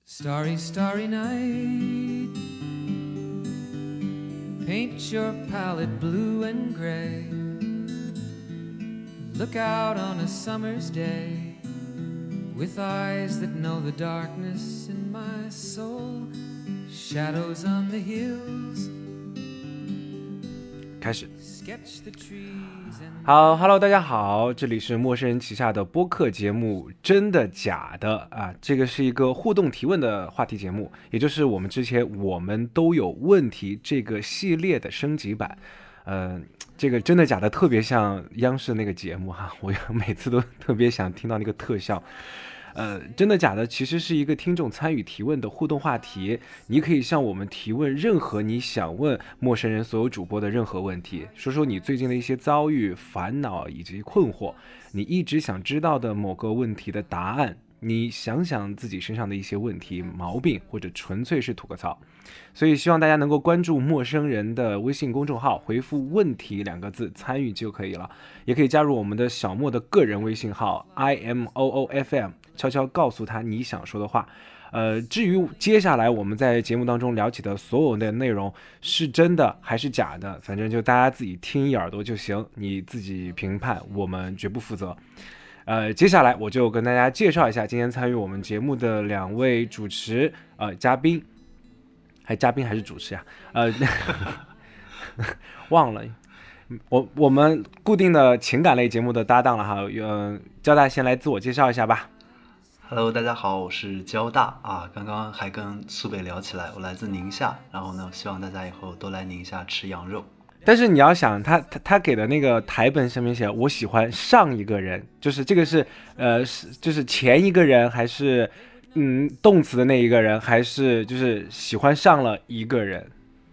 Starry, starry night. Paint your palette blue and gray. Look out on a summer's day with eyes that know the darkness in my soul. Shadows on the hills. 开始。 Sketch the trees and 好 ，Hello， 大家好，这里是陌生人旗下的播客节目，真的假的啊？这个是一个互动提问的话题节目，也就是我们之前我们都有问题这个系列的升级版。这个真的假的特别像央视那个节目哈，我每次都特别想听到那个特效。真的假的其实是一个听众参与提问的互动话题，你可以向我们提问任何你想问陌生人所有主播的任何问题，说说你最近的一些遭遇、烦恼以及困惑，你一直想知道的某个问题的答案，你想想自己身上的一些问题、毛病，或者纯粹是吐个槽。所以希望大家能够关注陌生人的微信公众号，回复问题2个字参与就可以了，也可以加入我们的小莫的个人微信号 IMOOFM， 悄悄告诉他你想说的话。至于接下来我们在节目当中聊起的所有的内容是真的还是假的，反正就大家自己听一耳朵就行，你自己评判，我们绝不负责。接下来我就跟大家介绍一下今天参与我们节目的2位主持嘉宾，嘉宾还是主持呀？忘了，我们固定的情感类节目的搭档了哈。交大先来自我介绍一下吧。 Hello， 大家好，我是交大啊。刚刚还跟苏北聊起来，我来自宁夏，然后呢，希望大家以后都来宁夏吃羊肉。 但是你要想，他给的那个台本上面写，我喜欢上一个人，就是这个是就是前一个人，还是动词的那一个人，还是就是喜欢上了一个人？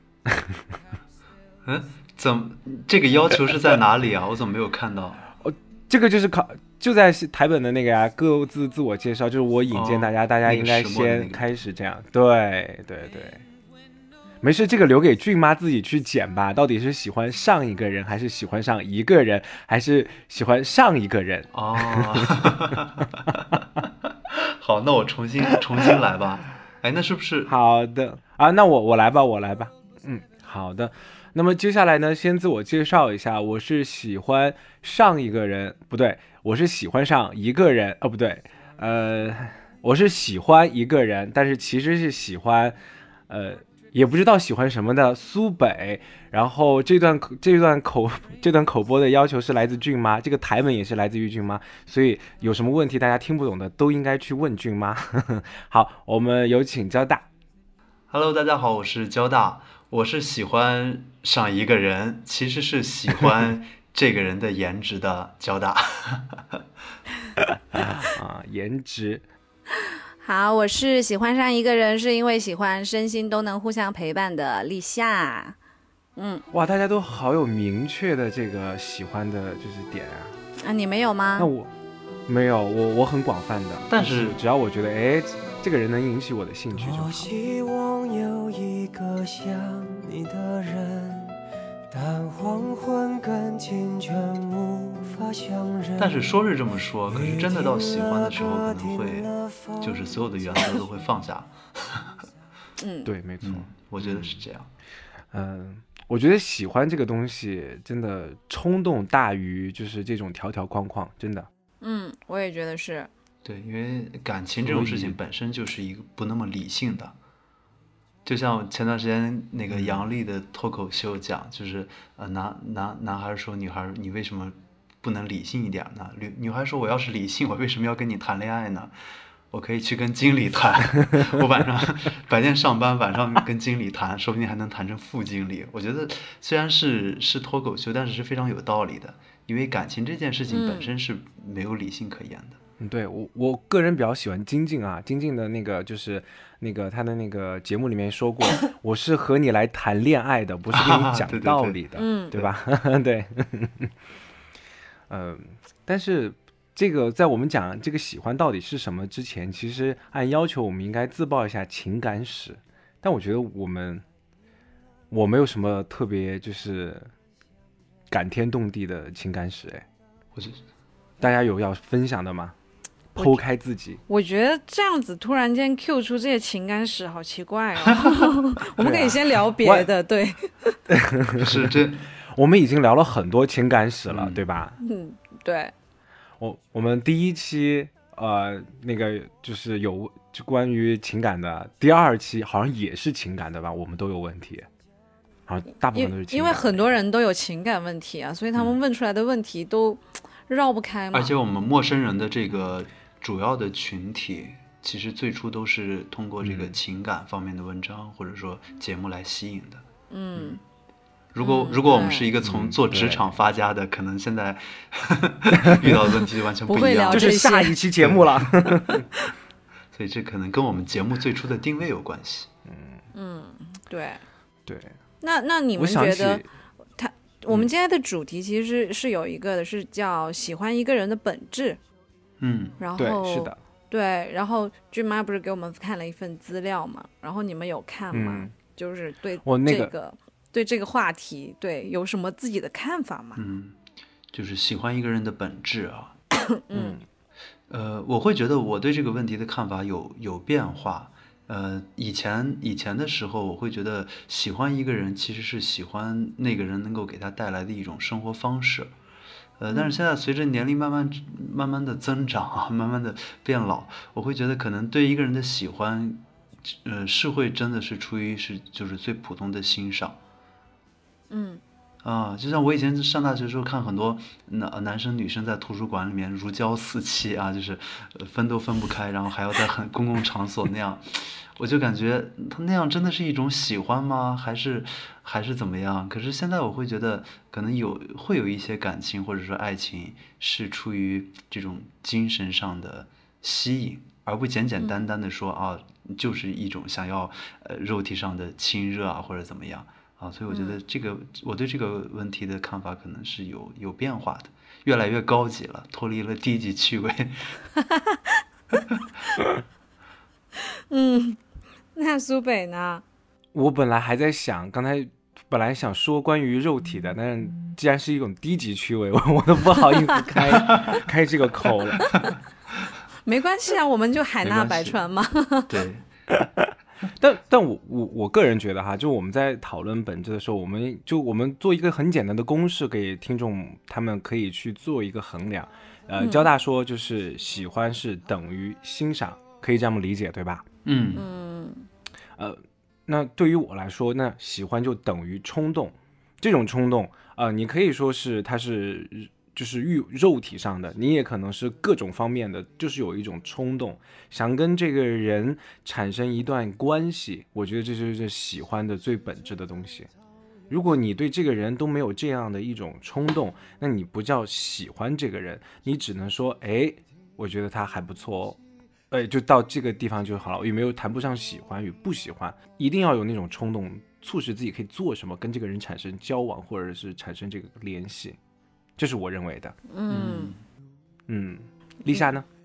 怎么这个要求是在哪里啊？我怎么没有看到？ 这个就是就在台本的那个呀，各自自我介绍，就是我引荐大家，大家应该先开始这样。对对对。没事，这个留给俊妈自己去剪吧。到底是喜欢上一个人，还是喜欢上一个人，还是喜欢上一个人？ 哦，好，那我重新来吧。哎，那是不是好的啊？那我来吧。好的。那么接下来呢，先自我介绍一下，我是喜欢上一个人，不对，我是喜欢上一个人，不对，我是喜欢一个人，但是其实是喜欢，也不知道喜欢什么的苏北。然后这段口播的要求是来自俊妈，这个台本也是来自于俊妈，所以有什么问题大家听不懂的都应该去问俊妈。好，我们有请交大。 Hello， 大家好，我是交大，我是喜欢上一个人，其实是喜欢这个人的颜值的交大。 颜值。 好，我是喜欢上一个人是因为喜欢身心都能互相陪伴的立夏。 哇，大家都好有明确的这个喜欢的就是点啊。 你没有吗？ 那我没有，我很广泛的， 但是只要我觉得这个人能引起我的兴趣就好。 我希望有一个像你的人，但黄昏跟清晨无法相认。 但是说是这么说，可是真的到喜欢的时候，可能会就是所有的原则都会放下。 对，没错， 我觉得是这样。 我觉得喜欢这个东西真的冲动大于就是这种条条框框，真的。 我也觉得是。 对，因为感情这种事情本身就是一个不那么理性的。就像前段时间那个杨笠的脱口秀讲，就是男孩说女孩你为什么不能理性一点呢？女孩说我要是理性，我为什么要跟你谈恋爱呢？我可以去跟经理谈，我白天上班，晚上跟经理谈，说不定还能谈成副经理。我觉得虽然是脱口秀，但是是非常有道理的，因为感情这件事情本身是没有理性可言的。 对，我个人比较喜欢金靖啊，金靖的那个就是那个他的那个节目里面说过，我是和你来谈恋爱的，不是跟你讲道理的，对吧？对，但是这个在我们讲这个喜欢到底是什么之前，其实按要求我们应该自曝一下情感史，但我觉得我没有什么特别就是感天动地的情感史， 我是大家有要分享的吗？ 剖开自己。 我觉得这样子突然间 Q 出这些情感史，好奇怪哦。我们可以先聊别的，对。 是这， 我们已经聊了很多情感史了，对吧？ 对。 我们第一期那个就是就关于情感的，第2期好像也是情感的吧？我们都有问题，好像大部分都是情感。 因为很多人都有情感问题啊，所以他们问出来的问题都绕不开嘛。 而且我们陌生人的这个主要的群体，其实最初都是通过这个情感方面的文章、或者说节目来吸引的。如果我们是一个从做职场发家的，可能现在遇到的问题就完全不一样， 就是下一期节目了。 所以这可能跟我们节目最初的定位有关系。 对。那你们我觉得我们今天的主题其实是有一个的，是叫喜欢一个人的本质。然后对，是的。 对，然后俊妈不是给我们看了一份资料嘛？然后你们有看吗？就是对对这个话题，对有什么自己的看法吗？ 就是喜欢一个人的本质啊。我会觉得我对这个问题的看法有变化。以前的时候，我会觉得喜欢一个人其实是喜欢那个人能够给他带来的一种生活方式。但是现在随着年龄慢慢的增长啊，慢慢的变老，我会觉得可能对一个人的喜欢，是会真的是出于就是最普通的欣赏。就像我以前上大学的时候看很多男生女生在图书馆里面如胶似漆啊，就是分都分不开，然后还要在很公共场所那样，我就感觉他那样真的是一种喜欢吗？还是怎么样？可是现在我会觉得可能会有一些感情或者说爱情是出于这种精神上的吸引，而不简简单单的说就是一种想要肉体上的亲热啊或者怎么样。所以我觉得我对这个问题的看法可能是有变化的，越来越高级了，脱离了低级趣味。 那苏北呢？ 我本来还在想，刚才本来想说关于肉体的，但是既然是一种低级趣味，我都不好意思开这个口了。 没关系啊，我们就海纳百川嘛。 对。 但我个人觉得哈，就我们在讨论本质的时候，我们做一个很简单的公式给听众，他们可以去做一个衡量。交大说就是喜欢是等于欣赏，可以这样理解对吧？那对于我来说，那喜欢就等于冲动。这种冲动你可以说是它是就是肉体上的，你也可能是各种方面的，就是有一种冲动想跟这个人产生一段关系，我觉得这就是喜欢的最本质的东西。如果你对这个人都没有这样的一种冲动，那你不叫喜欢这个人，你只能说我觉得他还不错就到这个地方就好了，有没有谈不上喜欢与不喜欢，一定要有那种冲动促使自己可以做什么，跟这个人产生交往或者是产生这个联系，这是我认为的。丽莎呢？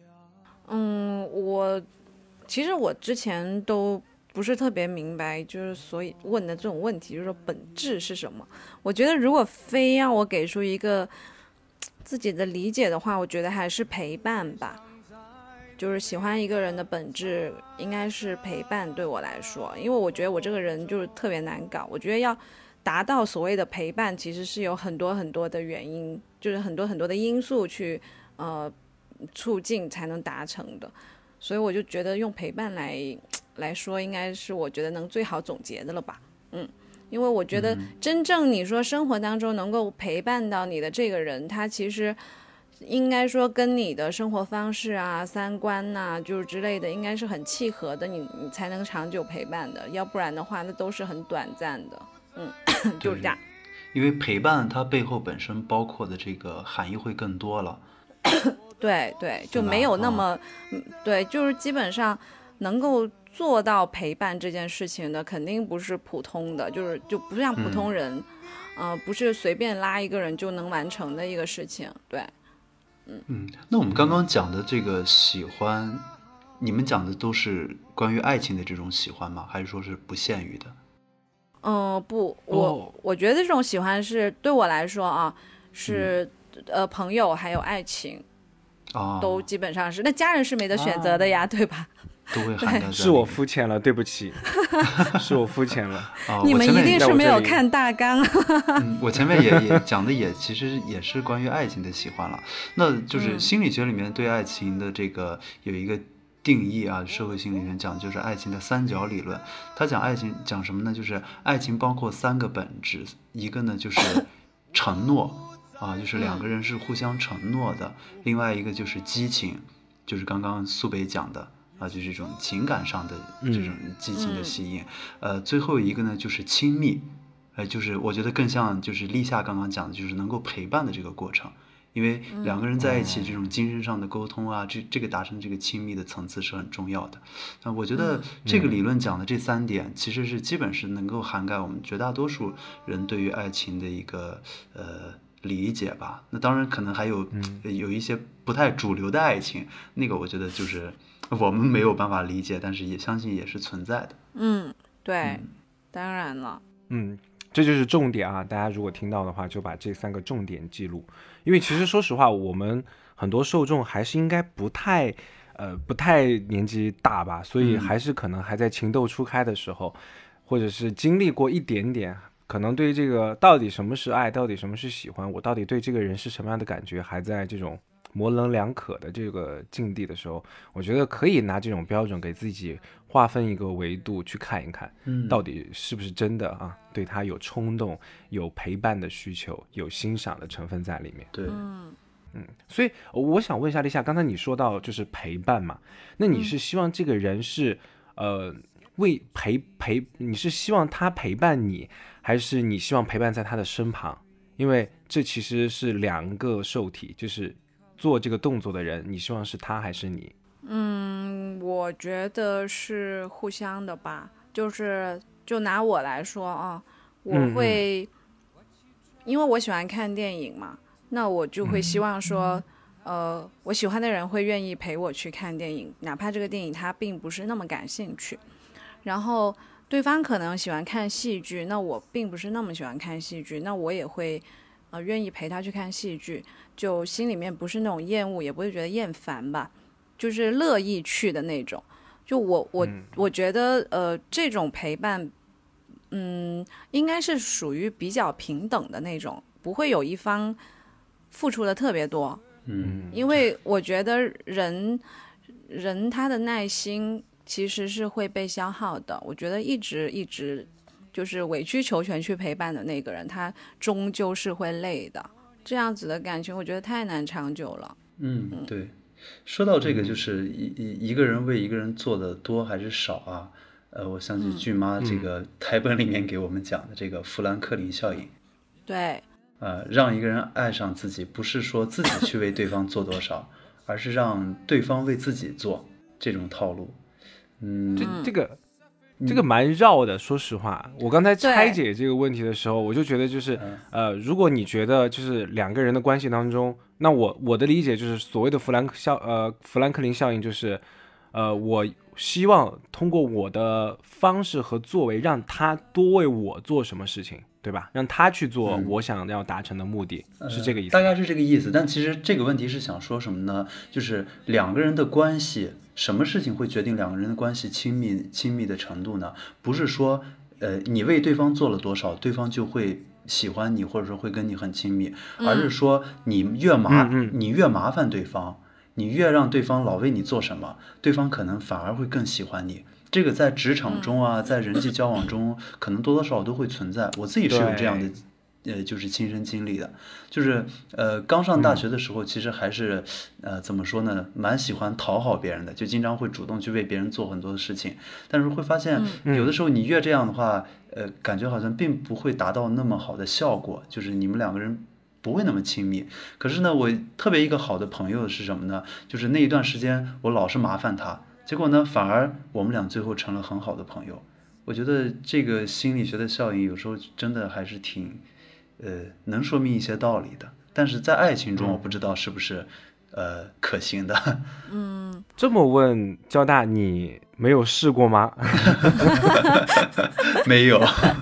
其实我之前都不是特别明白，就是所以问的这种问题，就是说本质是什么。我觉得如果非要我给出一个自己的理解的话，我觉得还是陪伴吧。就是喜欢一个人的本质应该是陪伴，对我来说，因为我觉得我这个人就是特别难搞，我觉得要达到所谓的陪伴，其实是有很多很多的原因，就是很多很多的因素去促进才能达成的，所以我就觉得用陪伴来说，应该是我觉得能最好总结的了吧。因为我觉得真正你说生活当中能够陪伴到你的这个人，他其实应该说跟你的生活方式啊、三观呐、就是之类的，应该是很契合的，你才能长久陪伴的，要不然的话那都是很短暂的。就是这样。 因为陪伴它背后本身包括的这个含义会更多了。 对，就没有那么对，就是基本上能够做到陪伴这件事情的，肯定不是普通的，就不像普通人，不是随便拉一个人就能完成的一个事情。对。 那我们刚刚讲的这个喜欢，你们讲的都是关于爱情的这种喜欢吗？还是说是不限于的？ 不，我觉得这种喜欢是对我来说啊，是朋友还有爱情。 都基本上是，那家人是没得选择的呀，对吧？ 都会涵盖在。 是我肤浅了，对不起，是我肤浅了。 你们一定是没有看大纲。 我前面也讲的其实也是关于爱情的喜欢了。那就是心理学里面对爱情的这个有一个定义啊，社会心理学讲就是爱情的三角理论。他讲爱情讲什么呢？就是爱情包括3个本质，一个呢就是承诺啊，就是2个人是互相承诺的；另外一个就是激情，就是刚刚苏北讲的。就是这种情感上的这种激情的吸引，最后一个呢就是亲密，就是我觉得更像就是立夏刚刚讲的，就是能够陪伴的这个过程，因为2个人在一起这种精神上的沟通啊，这个达成这个亲密的层次是很重要的。那我觉得这个理论讲的这3点，其实是基本是能够涵盖我们绝大多数人对于爱情的一个理解吧。那当然可能还有一些不太主流的爱情，那个我觉得就是我们没有办法理解，但是也相信也是存在的。 对，当然了。 这就是重点啊！大家如果听到的话，就把这3个重点记录。因为其实说实话，我们很多受众还是应该不太年纪大吧，所以还是可能还在情窦初开的时候，或者是经历过一点点，可能对这个到底什么是爱，到底什么是喜欢，我到底对这个人是什么样的感觉，还在这种模棱两可的这个境地的时候，我觉得可以拿这种标准给自己划分一个维度去看一看，到底是不是真的啊？对他有冲动，有陪伴的需求，有欣赏的成分在里面。 对， 所以我想问一下立夏，刚才你说到就是陪伴嘛，那你是希望这个人是为你是希望他陪伴你，还是你希望陪伴在他的身旁？因为这其实是2个受体，就是做这个动作的人，你希望是他还是你？ 我觉得是互相的吧。就拿我来说啊，我会，因为我喜欢看电影嘛，那我就会希望说，我喜欢的人会愿意陪我去看电影，哪怕这个电影他并不是那么感兴趣。然后对方可能喜欢看戏剧，那我并不是那么喜欢看戏剧，那我也会愿意陪他去看戏剧，就心里面不是那种厌恶，也不会觉得厌烦吧，就是乐意去的那种。就我觉得这种陪伴应该是属于比较平等的那种，不会有一方付出的特别多。因为我觉得人他的耐心其实是会被消耗的。我觉得一直就是委曲求全去陪伴的那个人，他终究是会累的。这样子的感情，我觉得太难长久了。 对。说到这个，就是一个人为一个人做的多还是少啊？我想起俊妈这个台本里面给我们讲的这个富兰克林效应。 对。 让一个人爱上自己，不是说自己去为对方做多少，而是让对方为自己做，这种套路。 这个蛮绕的，说实话，我刚才拆解这个问题的时候，我就觉得就是如果你觉得就是2个人的关系当中，那我的理解就是所谓的富兰克林效应，就是我希望通过我的方式和作为让他多为我做什么事情，对吧？让他去做我想要达成的目的，是这个意思。 大概是这个意思。但其实这个问题是想说什么呢？就是2个人的关系，什么事情会决定2个人的关系亲密的程度呢？不是说你为对方做了多少，对方就会喜欢你，或者说会跟你很亲密，而是说你越麻烦对方，你越让对方老为你做什么，对方可能反而会更喜欢你。这个在职场中啊，在人际交往中，可能多多少少都会存在。我自己是有这样的就是亲身经历的。就是刚上大学的时候，其实还是怎么说呢，蛮喜欢讨好别人的，就经常会主动去为别人做很多的事情。但是会发现有的时候你越这样的话，感觉好像并不会达到那么好的效果，就是你们2个人不会那么亲密。可是呢，我特别一个好的朋友是什么呢？就是那一段时间我老是麻烦他，结果呢反而我们俩最后成了很好的朋友。我觉得这个心理学的效应有时候真的还是挺能说明一些道理的，但是在爱情中我不知道是不是可行的。 这么问交大，你没有试过吗？ 没有。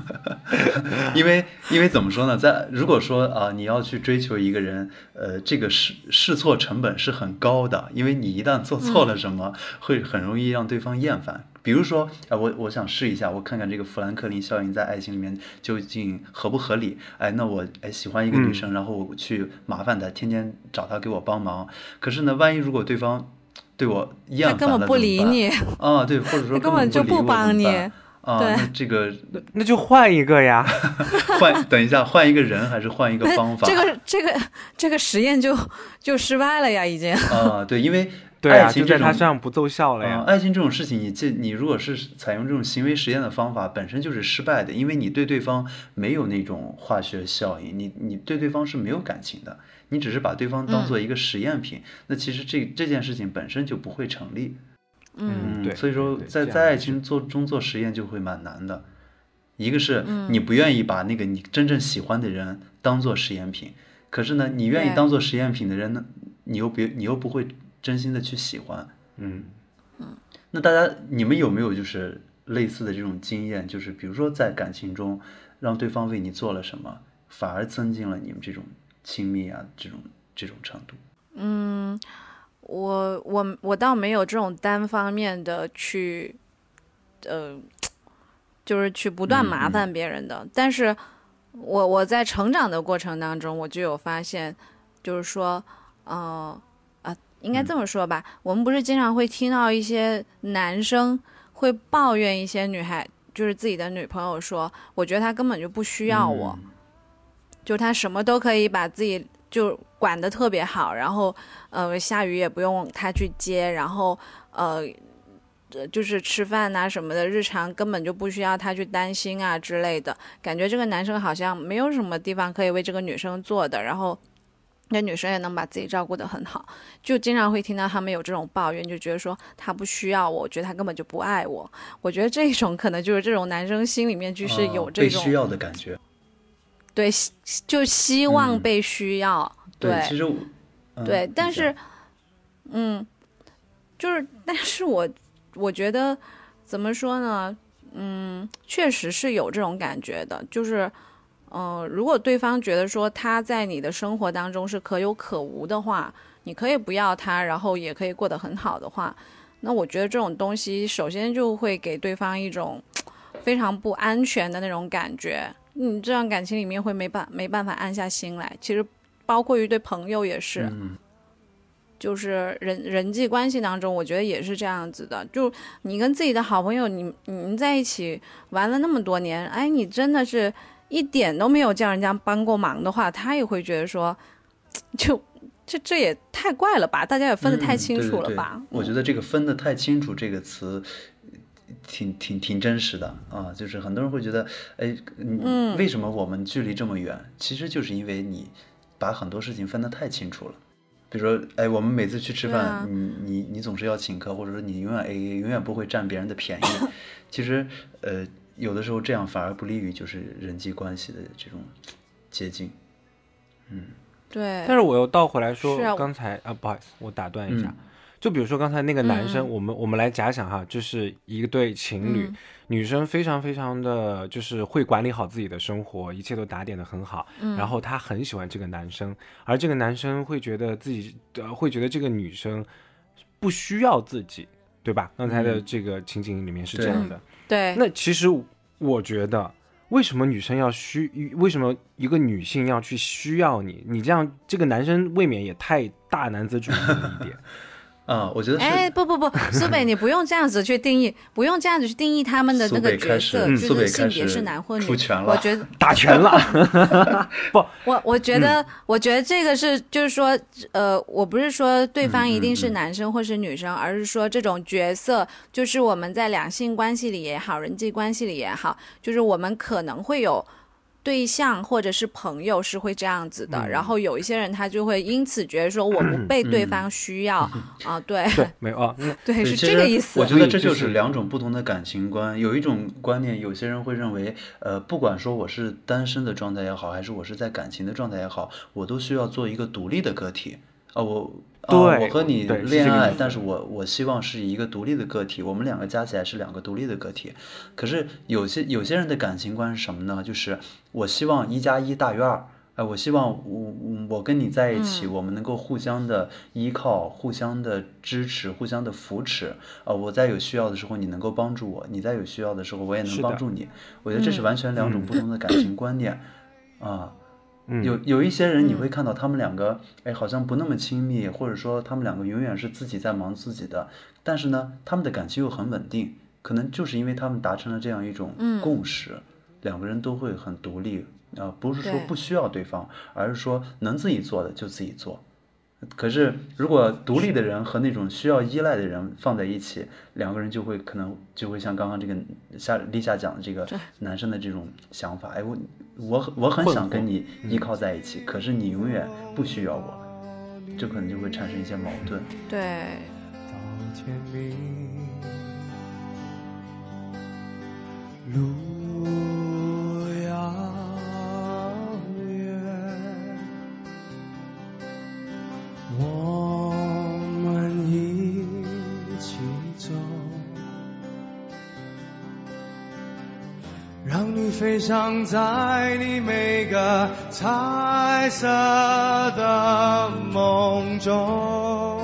因为怎么说呢，如果说你要去追求一个人，这个试错成本是很高的，因为你一旦做错了什么，会很容易让对方厌烦。比如说，我想试一下，我看看这个富兰克林效应在爱情里面究竟合不合理。那我喜欢一个女生，然后我去麻烦她，天天找她给我帮忙。可是呢，万一如果对方对我厌烦了， 他根本不理你对，或者说根本就不帮你。 那这个那就换一个呀， 等一下，换一个人还是换一个方法？ 这个实验就失败了呀，已经。 对，因为对啊，就在他身上不奏效了呀。 爱情这种事情，你如果是采用这种行为实验的方法，本身就是失败的，因为你对对方没有那种化学效应，你对对方是没有感情的，你只是把对方当做一个实验品，那其实这件事情本身就不会成立。 对， 所以说在爱情中做实验就会蛮难的。一个是你不愿意把那个你真正喜欢的人当做实验品，可是呢，你愿意当做实验品的人呢，你又不会真心的去喜欢。那你们有没有就是类似的这种经验，就是比如说在感情中让对方为你做了什么，反而增进了你们这种亲密啊这种程度？ 我倒没有这种单方面的去就是去不断麻烦别人的，但是我在成长的过程当中，我就有发现，就是说应该这么说吧，我们不是经常会听到一些男生会抱怨一些女孩，就是自己的女朋友说，我觉得她根本就不需要我，就是她什么都可以把自己就管得特别好，然后下雨也不用她去接，然后就是吃饭啊什么的，日常根本就不需要他去担心啊之类的，感觉这个男生好像没有什么地方可以为这个女生做的，然后那女生也能把自己照顾得很好，就经常会听到他们有这种抱怨，就觉得说他不需要我，我觉得他根本就不爱我。我觉得这种可能就是这种男生心里面就是有这种被需要的感觉， 对，就希望被需要。对， 其实对，但是就是但是我觉得怎么说呢，确实是有这种感觉的，就是如果对方觉得说他在你的生活当中是可有可无的话，你可以不要他，然后也可以过得很好的话，那我觉得这种东西首先就会给对方一种非常不安全的那种感觉，你这样感情里面会没办法安下心来。其实包括于对朋友也是，就是人际关系当中，我觉得也是这样子的。就你跟自己的好朋友，你们在一起玩了那么多年，哎，你真的是一点都没有叫人家帮过忙的话，他也会觉得说，这也太怪了吧，大家也分得太清楚了吧。 我觉得这个分得太清楚这个词挺真实的啊，就是很多人会觉得，哎，为什么我们距离这么远？其实就是因为你把很多事情分得太清楚了。比如说，哎，我们每次去吃饭，你总是要请客，或者说你永远 AA，永远不会占别人的便宜。其实，有的时候这样反而不利于就是人际关系的这种接近。 对。 但是我又倒回来说，刚才不好意思，我打断一下。就比如说刚才那个男生，我们来假想哈，就是一对情侣，女生非常非常的就是会管理好自己的生活，一切都打点得很好，然后她很喜欢这个男生，而这个男生会觉得这个女生不需要自己，对吧？刚才的这个情景里面是这样的。 对。 那其实我觉得，为什么为什么一个女性要去需要你？你这样，这个男生未免也太大男子主义了一点。 我觉得是。 哎，不，苏北，你不用这样子去定义，不用这样子去定义他们的那个角色，就是性别是男或女。我觉得打拳了。不， 我觉得这个是，就是说，我不是说对方一定是男生或是女生，而是说这种角色，就是我们在两性关系里也好，人际关系里也好，就是我们可能会有对象或者是朋友是会这样子的，然后有一些人他就会因此觉得说我不被对方需要对， 没有对，是这个意思。 我觉得这就是两种不同的感情观。有一种观念，有些人会认为，不管说我是单身的状态也好，还是我是在感情的状态也好，我都需要做一个独立的个体我和你对恋爱，但是我希望是一个独立的个体，我们两个加起来是两个独立的个体。可是有些人的感情观是什么呢？就是我希望1+1大于2。我希望我跟你在一起，我们能够互相的依靠，互相的支持，互相的扶持。我在有需要的时候你能够帮助我，你在有需要的时候我也能帮助你。我觉得这是完全两种不同的感情观念啊。有一些人你会看到他们两个，好像不那么亲密，或者说他们两个永远是自己在忙自己的，但是呢，他们的感情又很稳定，可能就是因为他们达成了这样一种共识，两个人都会很独立。不是说不需要对方，而是说能自己做的就自己做。可是如果独立的人和那种需要依赖的人放在一起，两个人可能就会像刚刚这个立夏讲的这个男生的这种想法，我很想跟你依靠在一起，可是你永远不需要我，这可能就会产生一些矛盾。 对。 到天明，路遥远，我们一起走，让你飞翔在你每个彩色的梦中。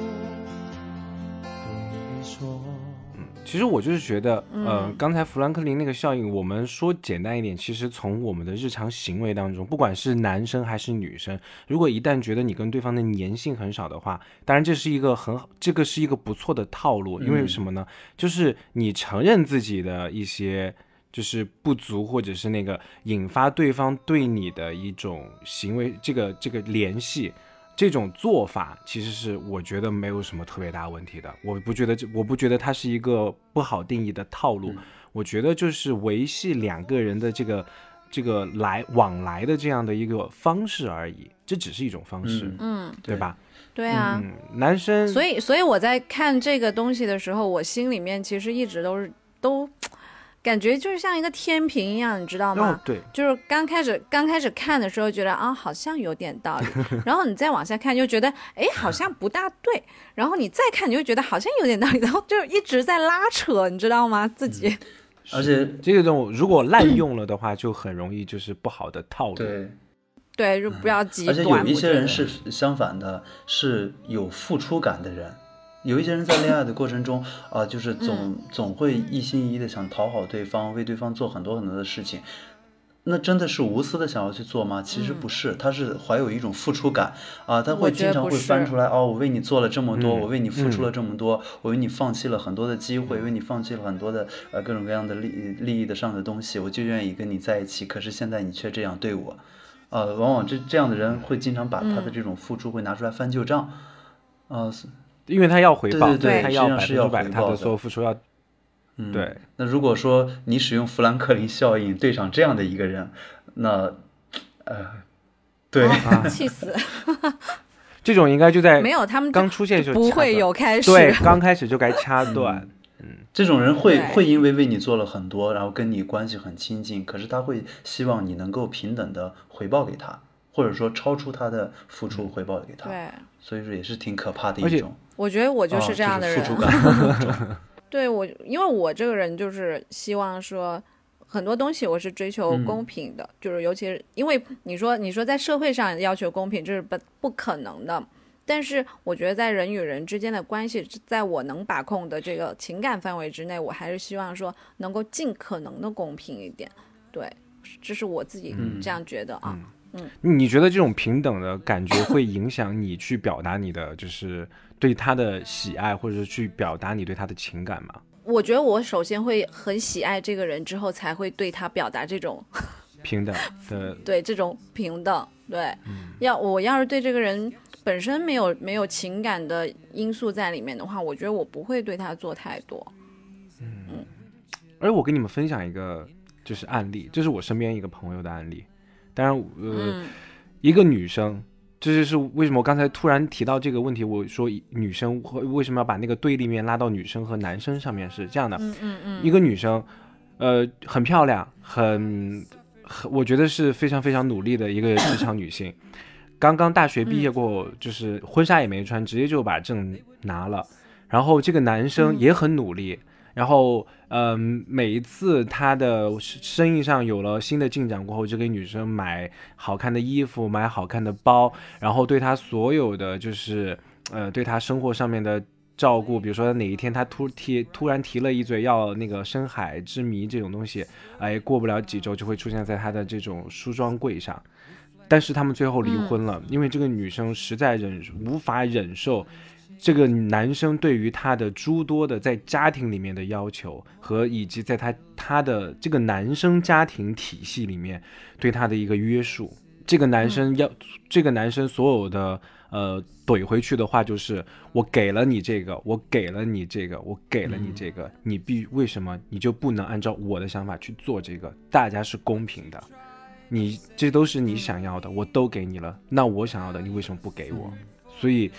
其实我就是觉得，刚才富兰克林那个效应，我们说简单一点，其实从我们的日常行为当中，不管是男生还是女生，如果一旦觉得你跟对方的粘性很少的话，当然这是一个不错的套路，因为什么呢？就是你承认自己的一些就是不足，或者是那个引发对方对你的一种行为，这个联系。这种做法其实是我觉得没有什么特别大问题的，我不觉得它是一个不好定义的套路，我觉得就是维系两个人的这个往来的这样的一个方式而已，这只是一种方式，对吧？ 对啊， 男生， 所以我在看这个东西的时候，我心里面其实一直都感觉就是像一个天平一样，你知道吗？ 对， 就是刚开始看的时候觉得好像有点道理，然后你再往下看就觉得好像不大对，然后你再看你就觉得好像有点道理，然后就一直在拉扯，你知道吗？自己。 而且这种如果滥用了的话，就很容易就是不好的套路。 对，就不要极端。 而且有一些人是相反的，是有付出感的人。有一些人在恋爱的过程中就是总会一心一意的想讨好对方，为对方做很多很多的事情，那真的是无私的想要去做吗？其实不是，他是怀有一种付出感他会经常会翻出来我为你做了这么多，我为你付出了这么多，我为你放弃了很多的机会，为你放弃了很多的各种各样的利益的上的东西，我就愿意跟你在一起，可是现在你却这样对我往往这样的人会经常把他的这种付出会拿出来翻旧账因为他要回报， 对， 他要 100% 他的所有付出要，对。 那如果说你使用富兰克林效应对上这样的一个人，那对， 气死。 这种应该就在没有他们刚出现的时候不会有开始， 对，刚开始就该掐断。 这种人会因为你做了很多，然后跟你关系很亲近，可是他会希望你能够平等的回报给他，或者说超出他的付出回报给他。 对， 所以说也是挺可怕的一种。 我觉得我就是这样的人。 付出感对，因为我这个人就是希望说很多东西我是追求公平的，就是尤其是因为你说在社会上要求公平这是不可能的，但是我觉得在人与人之间的关系，在我能把控的这个情感范围之内，我还是希望说能够尽可能的公平一点。对，这是我自己这样觉得你觉得这种平等的感觉会影响你去表达你的就是对他的喜爱，或者是去表达你对他的情感吗？ 我觉得我首先会很喜爱这个人，之后才会对他表达这种平等的对这种平等。对，我要是对这个人本身没有情感的因素在里面的话，我觉得我不会对他做太多。 而我跟你们分享一个就是案例，这是我身边一个朋友的案例。当然一个女生，这就是为什么我刚才突然提到这个问题，我说女生为什么要把那个对立面拉到女生和男生上面，是这样的。一个女生很漂亮，我觉得是非常非常努力的一个职场女性刚刚大学毕业过后，就是婚纱也没穿，直接就把证拿了。然后这个男生也很努力，然后每一次他的生意上有了新的进展过后，就给女生买好看的衣服，买好看的包，然后对他所有的就是对他生活上面的照顾，比如说哪一天他突然提了一嘴要那个深海之谜这种东西，过不了几周就会出现在他的这种梳妆柜上。但是他们最后离婚了，因为这个女生实在无法忍受这个男生对于她的诸多的在家庭里面的要求，和以及在他的这个男生家庭体系里面对他的一个约束。这个男生所有的怼回去的话就是我给了你这个，我给了你这个，我给了你这个，你为什么你就不能按照我的想法去做这个？大家是公平的，你这都是你想要的，我都给你了，那我想要的你为什么不给我？所以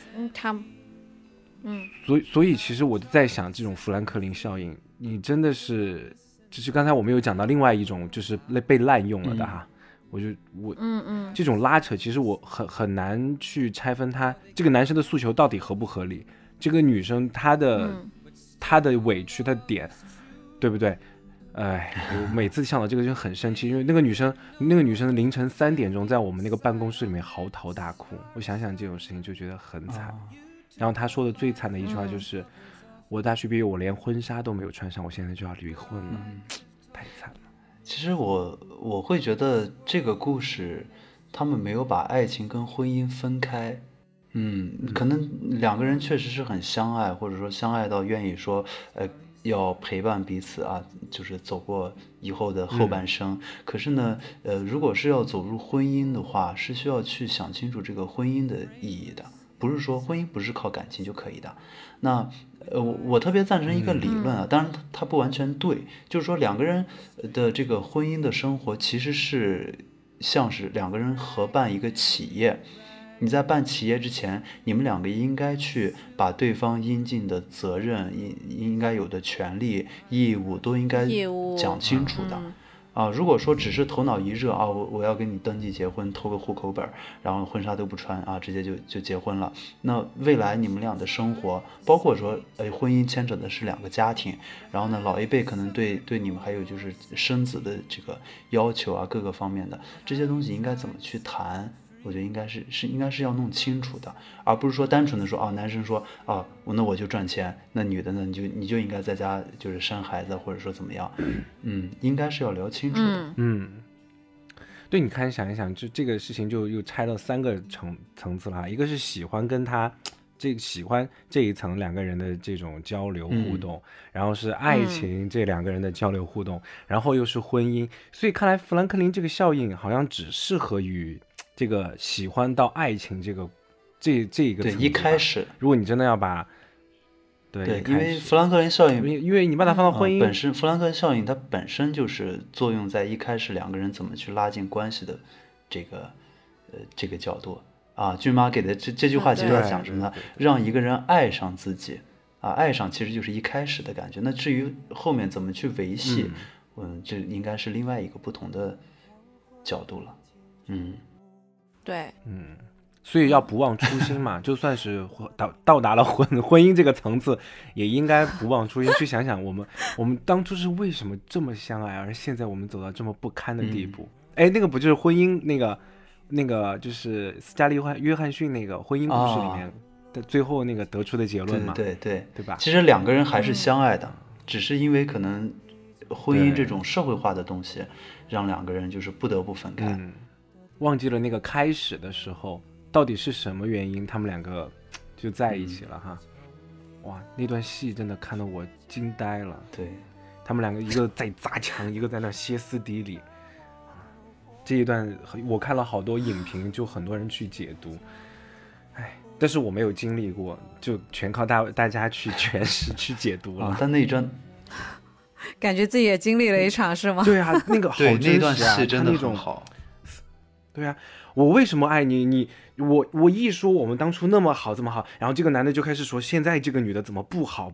所以其实我在想，这种富兰克林效应，你真的是，就是刚才我们有讲到另外一种，就是被滥用了的哈。这种拉扯，其实我很难去拆分他这个男生的诉求到底合不合理，这个女生她的委屈的点，对不对？我每次想到这个就很生气，因为那个女生凌晨3点钟在我们那个办公室里面嚎啕大哭，我想想这种事情就觉得很惨。然后她说的最惨的一句话就是，我大学毕业我连婚纱都没有穿上，我现在就要离婚了，太惨了。 其实我会觉得这个故事他们没有把爱情跟婚姻分开。可能两个人确实是很相爱，或者说相爱到愿意说要陪伴彼此啊，就是走过以后的后半生。可是呢如果是要走入婚姻的话，是需要去想清楚这个婚姻的意义的，不是说婚姻不是靠感情就可以的。那我特别赞成一个理论啊，当然它不完全对，就是说两个人的这个婚姻的生活其实是像是两个人合办一个企业。你在办企业之前，你们两个应该去把对方应尽的责任、应该有的权利、义务都应该讲清楚的。如果说只是头脑一热啊，我要跟你登记结婚，偷个户口本，然后婚纱都不穿啊，直接就结婚了。那未来你们俩的生活，包括说婚姻牵扯的是两个家庭，然后呢老一辈可能对你们还有就是生子的这个要求啊，各个方面的这些东西应该怎么去谈？我觉得应该是要弄清楚的，而不是说单纯的说男生说那我就赚钱，那女的呢你就应该在家就是生孩子或者说怎么样，应该是要聊清楚的。 对，你看想一想，就这个事情就又拆到3个层次了，一个是喜欢跟他喜欢这一层两个人的这种交流互动，然后是爱情这两个人的交流互动，然后又是婚姻。所以看来富兰克林这个效应好像只适合于这个喜欢到爱情这一个层次。 对，一开始如果你真的要把对，因为富兰克林效应， 因为你把它放到婚姻本身，富兰克林效应它本身就是作用在一开始两个人怎么去拉近关系的这个角度啊。俊妈给的这句话其实要讲什么呢？让一个人爱上自己啊，爱上其实就是一开始的感觉。那至于后面怎么去维系，这应该是另外一个不同的角度了。 对， 所以要不忘初心嘛，就算是到达了婚姻这个层次，也应该不忘初心，去想想我们当初是为什么这么相爱，而现在我们走到这么不堪的地步。那个不就是婚姻那个就是斯嘉丽约翰逊那个婚姻故事里面的最后那个得出的结论嘛？ 对吧？ 其实两个人还是相爱的，只是因为可能婚姻这种社会化的东西，让两个人就是不得不分开。 忘记了那个开始的时候，到底是什么原因，他们两个就在一起了哈。哇，那段戏真的看得我惊呆了。 对， 他们两个一个在砸墙，一个在那歇斯底里。这一段我看了好多影评，就很多人去解读。但是我没有经历过，就全靠大家去诠释去解读了。 但那一段感觉自己也经历了一场是吗？ 对啊，那个好真实啊， 那段戏真的很好。 对啊，我为什么爱你？我一说我们当初那么好这么好，然后这个男的就开始说现在这个女的怎么不好，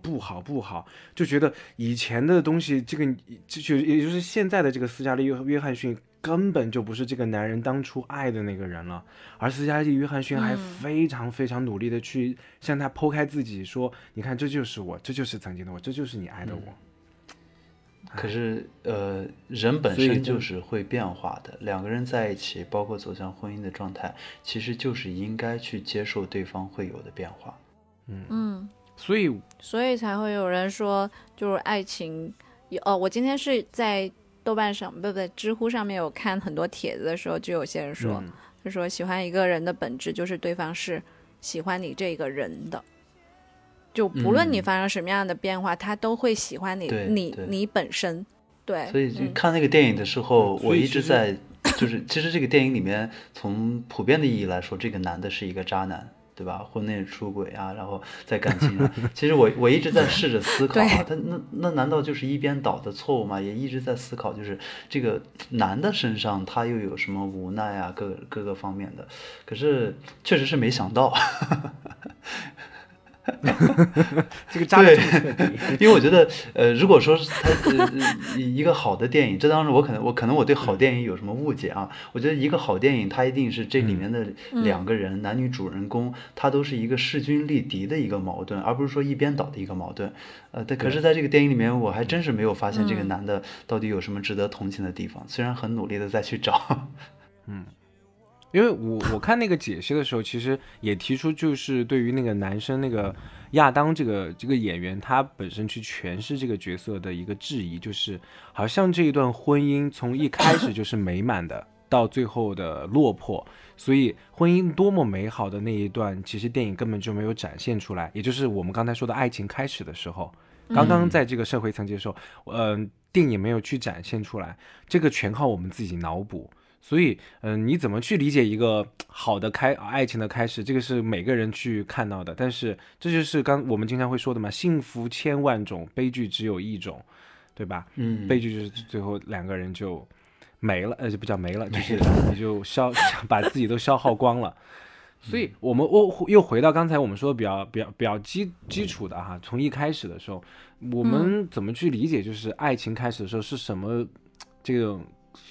就觉得以前的东西，也就是现在的这个斯嘉丽约翰逊根本就不是这个男人当初爱的那个人了。而斯嘉丽·约翰逊还非常非常努力的去向他剖开自己，说你看这就是我，这就是曾经的我，这就是你爱的我。 可是人本身就是会变化的，两个人在一起包括走向婚姻的状态，其实就是应该去接受对方会有的变化。 所以才会有人说就是爱情我今天是在豆瓣上不知乎上面有看很多帖子的时候，就有些人说就说喜欢一个人的本质就是对方是喜欢你这个人的，就不论你发生什么样的变化，他都会喜欢你，你本身。对， 所以看那个电影的时候，我一直在就是其实这个电影里面从普遍的意义来说，这个男的是一个渣男，对吧？婚内出轨啊，然后在感情上，其实我一直在试着思考啊，他那难道就是一边倒的错误吗？也一直在思考，就是这个男的身上他又有什么无奈啊，各个方面的，可是确实是没想到。 这个渣男这么彻底。 因为我觉得如果说是他一个好的电影，这当然我可能我对好电影有什么误解啊，我觉得一个好电影它一定是这里面的两个人男女主人公他都是一个势均力敌的一个矛盾，而不是说一边倒的一个矛盾。但可是在这个电影里面我还真是没有发现这个男的到底有什么值得同情的地方，虽然很努力的再去找。 因为我看那个解析的时候，其实也提出，就是对于那个男生那个亚当这个演员，他本身去诠释这个角色的一个质疑，就是好像这一段婚姻从一开始就是美满的，到最后的落魄，所以婚姻多么美好的那一段，其实电影根本就没有展现出来，也就是我们刚才说的爱情开始的时候，刚刚在这个社会层级的时候，电影没有去展现出来，这个全靠我们自己脑补。所以你怎么去理解一个好的爱情的开始，这个是每个人去看到的，但是这就是我们经常会说的嘛，幸福千万种，悲剧只有一种，对吧？悲剧就是最后两个人就没了，就不叫没了，就是你就把自己都消耗光了。所以我们又回到刚才我们说比较基础的哈，从一开始的时候，我们怎么去理解就是爱情开始的时候是什么这种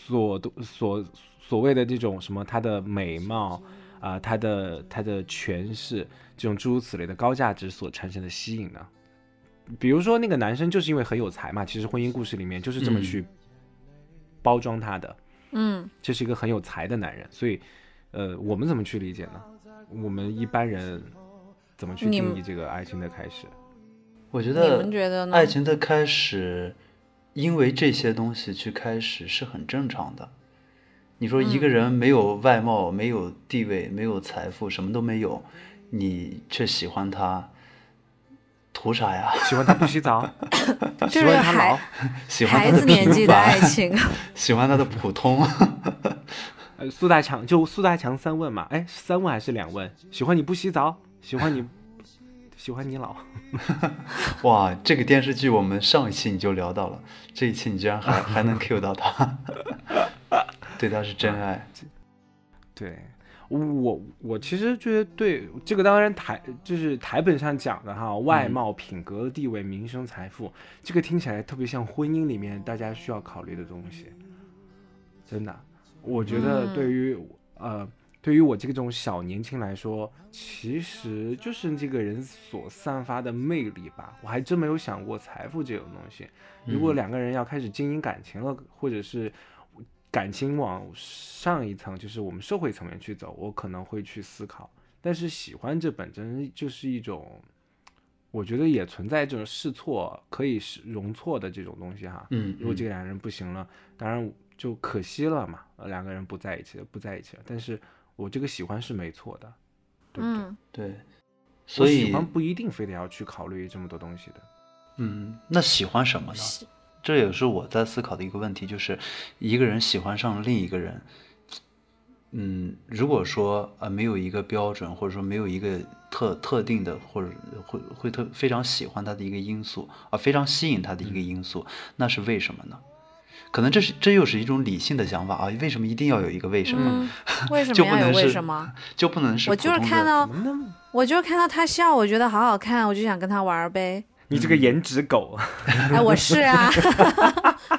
所谓的这种什么他的美貌他的诠释这种诸如此类的高价值所产生的吸引呢？比如说那个男生就是因为很有才嘛，其实婚姻故事里面就是这么去包装他的，这是一个很有才的男人，所以我们怎么去理解呢？我们一般人怎么去定义这个爱情的开始？ 我觉你们觉得呢？ 爱情的开始因为这些东西去开始是很正常的。你说一个人没有外貌，没有地位，没有财富，什么都没有，你却喜欢他，图啥呀？ 喜欢他不洗澡， 喜欢他老， 喜欢孩子年纪的爱情， 喜欢他的普通。 苏大强三问嘛，哎，是三问还是两问？喜欢你不洗澡，喜欢你老。 哇，这个电视剧我们上一期你就聊到了，这一期你居然还能 cue 到他。对，他是真爱。 对，我其实觉得对这个当然就是台本上讲的哈，外貌、品格、地位、名声、财富，这个听起来特别像婚姻里面大家需要考虑的东西。真的，我觉得对于我这种小年轻来说，其实就是这个人所散发的魅力吧。我还真没有想过财富这种东西。如果两个人要开始经营感情了，或者是感情往上一层，就是我们社会层面去走，我可能会去思考。但是喜欢这本身就是一种，我觉得也存在这种试错可以容错的这种东西哈。如果这个两个人不行了，当然就可惜了嘛，两个人不在一起了。但是我这个喜欢是没错的，对不对？ 对，所以喜欢不一定非得要去考虑这么多东西的。 那喜欢什么呢？这也是我在思考的一个问题，就是一个人喜欢上另一个人，如果说没有一个标准，或者说没有一个特定的，或者会非常喜欢他的一个因素，非常吸引他的一个因素，那是为什么呢？可能这又是一种理性的想法啊，为什么一定要有一个为什么？ 为什么要有为什么？ 就不能是我就是看到他笑，我觉得好好看，我就想跟他玩呗。 你这个颜值狗。 哎，我是啊。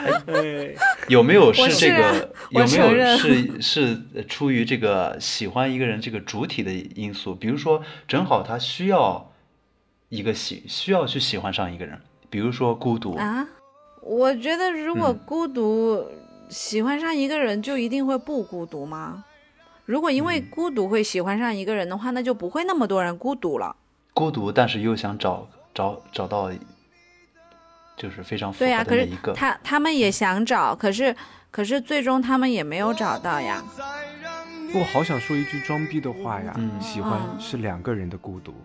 有没有是这个？有没有我承认是出于这个喜欢一个人这个主体的因素？比如说，正好他需要需要去喜欢上一个人，比如说孤独啊。我觉得如果孤独，喜欢上一个人就一定会不孤独吗？如果因为孤独会喜欢上一个人的话，那就不会那么多人孤独了。 孤独，但是又想找到，就是非常符合的那一个。 对呀，可是他们也想找，可是最终他们也没有找到呀。 我好想说一句装逼的话呀，喜欢是2个人的孤独。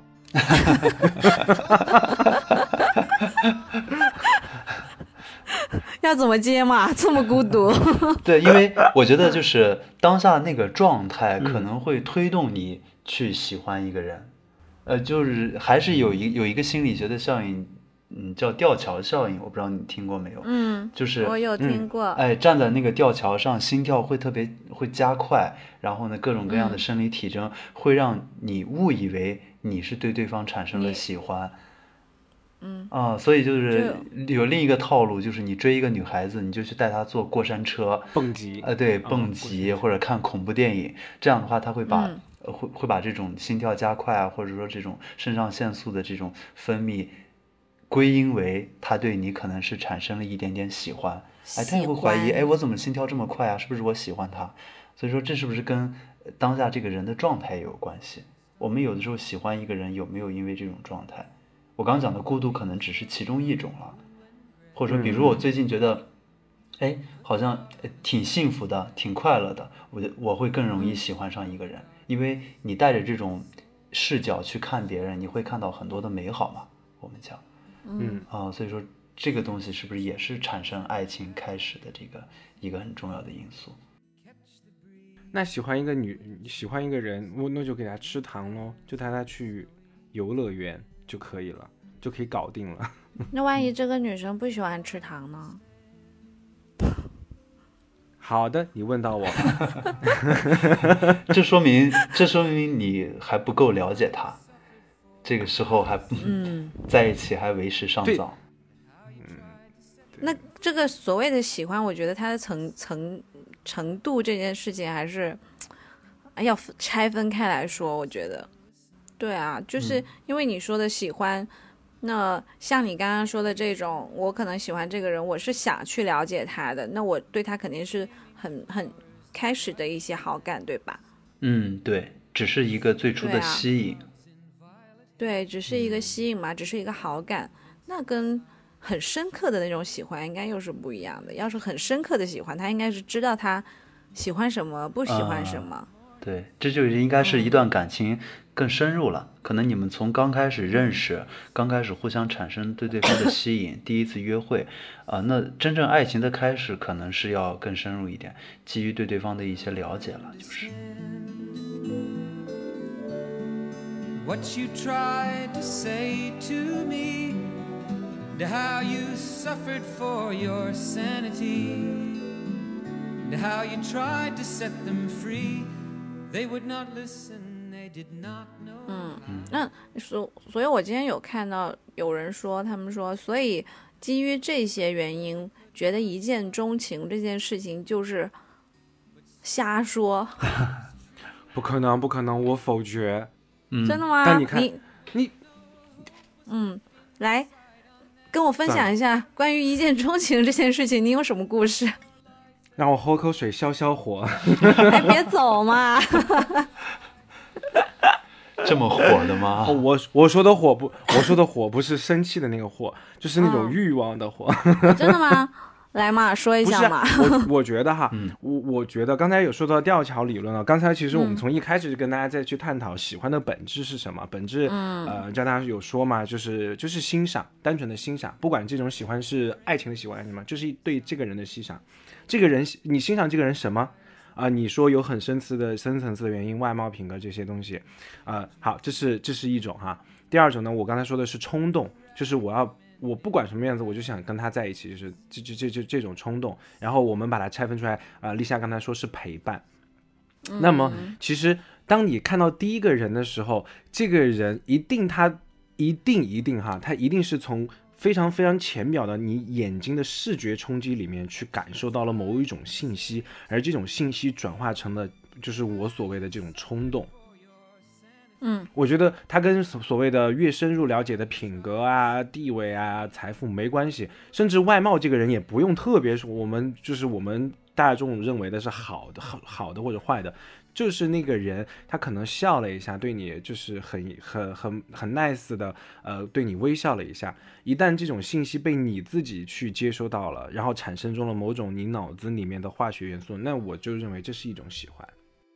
要怎么接嘛？这么孤独？ 对，因为我觉得就是当下那个状态可能会推动你去喜欢一个人，就是还是有一个心理学的效应，叫吊桥效应，我不知道你听过没有？就是我有听过。 站在那个吊桥上，心跳会会加快，然后呢，各种各样的生理体征会让你误以为你是对对方产生了喜欢。所以就是有另一个套路，就是你追一个女孩子，你就去带她坐过山车、 蹦极， 对，蹦极或者看恐怖电影，这样的话，她会把会把这种心跳加快啊，或者说这种肾上腺素的这种分泌归因为她对你可能是产生了一点点喜欢，她也会怀疑，我怎么心跳这么快啊？是不是我喜欢她？所以说这是不是跟当下这个人的状态也有关系？我们有的时候喜欢一个人，有没有因为这种状态？我刚讲的孤独可能只是其中一种了，或者说，比如我最近觉得，好像挺幸福的，挺快乐的，我会更容易喜欢上一个人，因为你带着这种视角去看别人，你会看到很多的美好嘛。我们讲，所以说这个东西是不是也是产生爱情开始的这个一个很重要的因素？ 那喜欢一个人，那就给他吃糖咯，就带他去游乐园就可以了，就可以搞定了。 那万一这个女生不喜欢吃糖呢？ 好的，你问到我。 这说明你还不够了解她，这个时候还在一起还为时尚早。 那这个所谓的喜欢，我觉得它的程度这件事情还是要拆分开来说。我觉得，对啊，就是因为你说的喜欢，那像你刚刚说的这种，我可能喜欢这个人，我是想去了解他的，那我对他肯定是很开始的一些好感，对吧？ 对，只是一个最初的吸引。 对，只是一个吸引嘛，只是一个好感，那跟很深刻的那种喜欢应该又是不一样的。要是很深刻的喜欢，他应该是知道他喜欢什么，不喜欢什么。 对，这就应该是一段感情更深入了。可能你们从刚开始认识，刚开始互相产生对对方的吸引，第一次约会那真正爱情的开始可能是要更深入一点，基于对对方的一些了解了，就是。 What you tried to say to me, and how you suffered for your sanity, and how you tried to set them free, they would not listen, they did not know. 那所以我今天有看到有人说，他们说，所以基于这些原因，觉得一见钟情这件事情就是瞎说。 不可能，不可能，我否决。 真的吗？ 但你看，你来跟我分享一下关于一见钟情这件事情，你有什么故事？ 让我喝口水消消火。 别走嘛。 这么火的吗？ 我说的火不是生气的那个火，就是那种欲望的火。 真的吗？来嘛，说一下嘛。 我觉得哈，我觉得刚才有说到吊桥理论了。刚才其实我们从一开始就跟大家再去探讨喜欢的本质是什么。本质，叫大家有说嘛，就是欣赏，单纯的欣赏。不管这种喜欢是爱情的喜欢还是什么，就是对这个人的欣赏。这个人，你欣赏这个人什么？你说有很深层次的原因，外貌、品格这些东西，好，这是一种哈。第二种呢，我刚才说的是冲动，就是我不管什么样子，我就想跟他在一起，就是这种冲动。然后我们把它拆分出来，丽夏刚才说是陪伴。那么其实当你看到第一个人的时候，这个人他一定是从非常非常浅表的你眼睛的视觉冲击里面去感受到了某一种信息，而这种信息转化成了就是我所谓的这种冲动。我觉得它跟所谓的越深入了解的品格啊、地位啊、财富没关系，甚至外貌这个人也不用特别说我们大众认为的是好的或者坏的，就是那个人他可能笑了一下，对你就是很 nice 的对你微笑了一下，一旦这种信息被你自己去接收到了，然后产生中了某种你脑子里面的化学元素，那我就认为这是一种喜欢。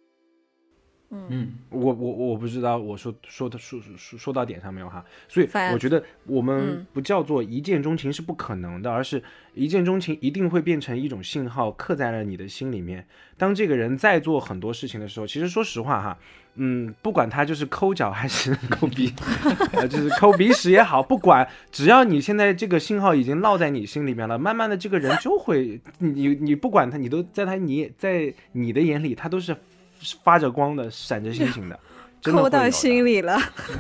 我不知道我说到点上没有哈，所以我觉得我们不叫做一见钟情是不可能的，而是一见钟情一定会变成一种信号，刻在了你的心里面。当这个人在做很多事情的时候，其实说实话哈，不管他就是抠脚还是抠鼻，就是抠鼻屎也好，不管，只要你现在这个信号已经烙在你心里面了，慢慢的这个人就会，你不管他，你都在你的眼里，他都是发着光的，闪着星星的，真的抠到心里了。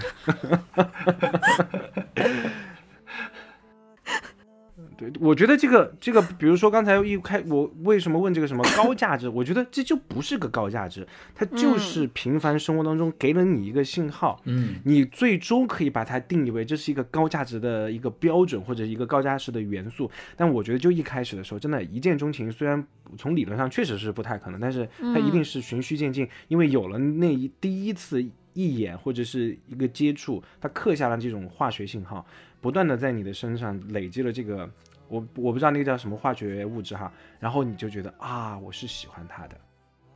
对，我觉得这个，比如说刚才我为什么问这个什么高价值？我觉得这就不是个高价值，它就是平凡生活当中给了你一个信号，你最终可以把它定义为这是一个高价值的一个标准或者一个高价值的元素。但我觉得就一开始的时候，真的一见钟情，虽然从理论上确实是不太可能，但是它一定是循序渐进，因为有了第一次一眼或者是一个接触，它刻下了这种化学信号，不断的在你的身上累积了这个，我不知道那个叫什么化学物质哈，然后你就觉得啊，我是喜欢他的。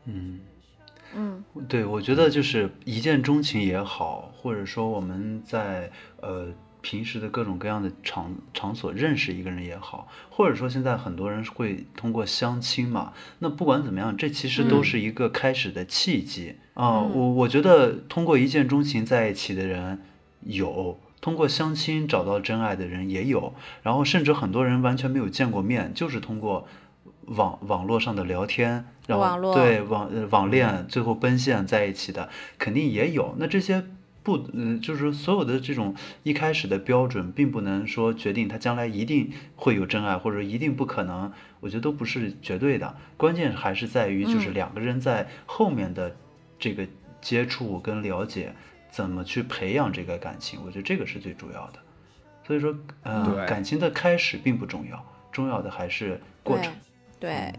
对，我觉得就是一见钟情也好，或者说我们在平时的各种各样的场所认识一个人也好，或者说现在很多人会通过相亲嘛，那不管怎么样，这其实都是一个开始的契机我觉得通过一见钟情在一起的人有，通过相亲找到真爱的人也有，然后甚至很多人完全没有见过面，就是通过网络上的聊天，然后对网恋最后奔现在一起的肯定也有。那这些就是所有的这种一开始的标准，并不能说决定他将来一定会有真爱，或者一定不可能，我觉得都不是绝对的。关键还是在于就是两个人在后面的这个接触跟了解，怎么去培养这个感情，我觉得这个是最主要的。所以说感情的开始并不重要，重要的还是过程。 对，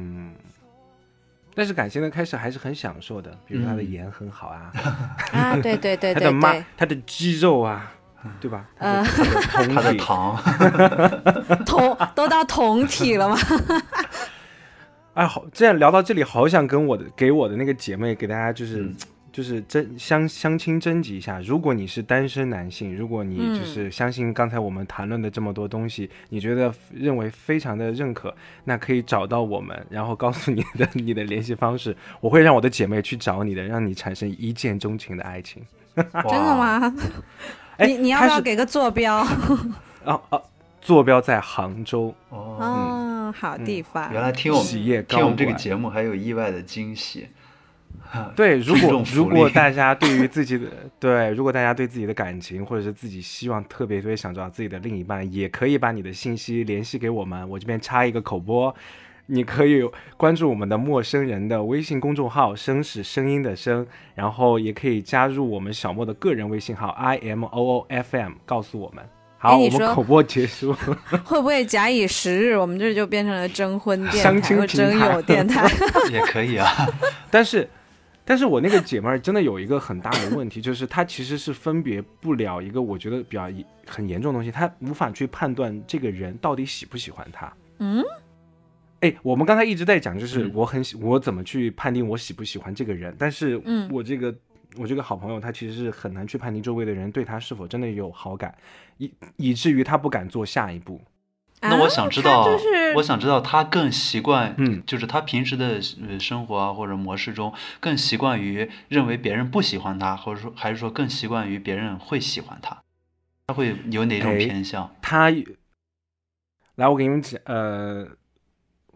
但是感情的开始还是很享受的，比如他的颜很好啊， 对， 他的肌肉啊，对吧？他的糖， 都到酮体了吗？ 哎，好，这样聊到这里，好想给我的那个姐妹给大家就是相亲征集一下，如果你是单身男性，如果你就是相信刚才我们谈论的这么多东西，你认为非常的认可，那可以找到我们，然后告诉你的联系方式，我会让我的姐妹去找你的，让你产生一见钟情的爱情。 真的吗？你要不要给个坐标？ 坐标在杭州。 好地方。 原来听我们这个节目还有意外的惊喜。 对，如果大家对于自己的如果大家对自己的感情，或者是自己希望特别想找自己的另一半，也可以把你的信息联系给我们，我这边插一个口播，你可以关注我们的陌生人的微信公众号，声是声音的声，然后也可以加入我们小莫的个人微信号 IMOOFM， 告诉我们。好，我们口播结束。 会不会假以时日，我们这就变成了征婚电台或征友电台？ 也可以啊。 但是我那个姐妹儿真的有一个很大的问题，就是她其实是分别不了一个我觉得比较很严重的东西，她无法去判断这个人到底喜不喜欢她。我们刚才一直在讲，就是我怎么去判定我喜不喜欢这个人，但是我这个好朋友他其实是很难去判定周围的人对他是否真的有好感，以至于他不敢做下一步。 那我想知道他更习惯就是他平时的生活啊或者模式中更习惯于认为别人不喜欢他，或者说还是说更习惯于别人会喜欢他，他会有哪种偏向？ 来，我给你们讲，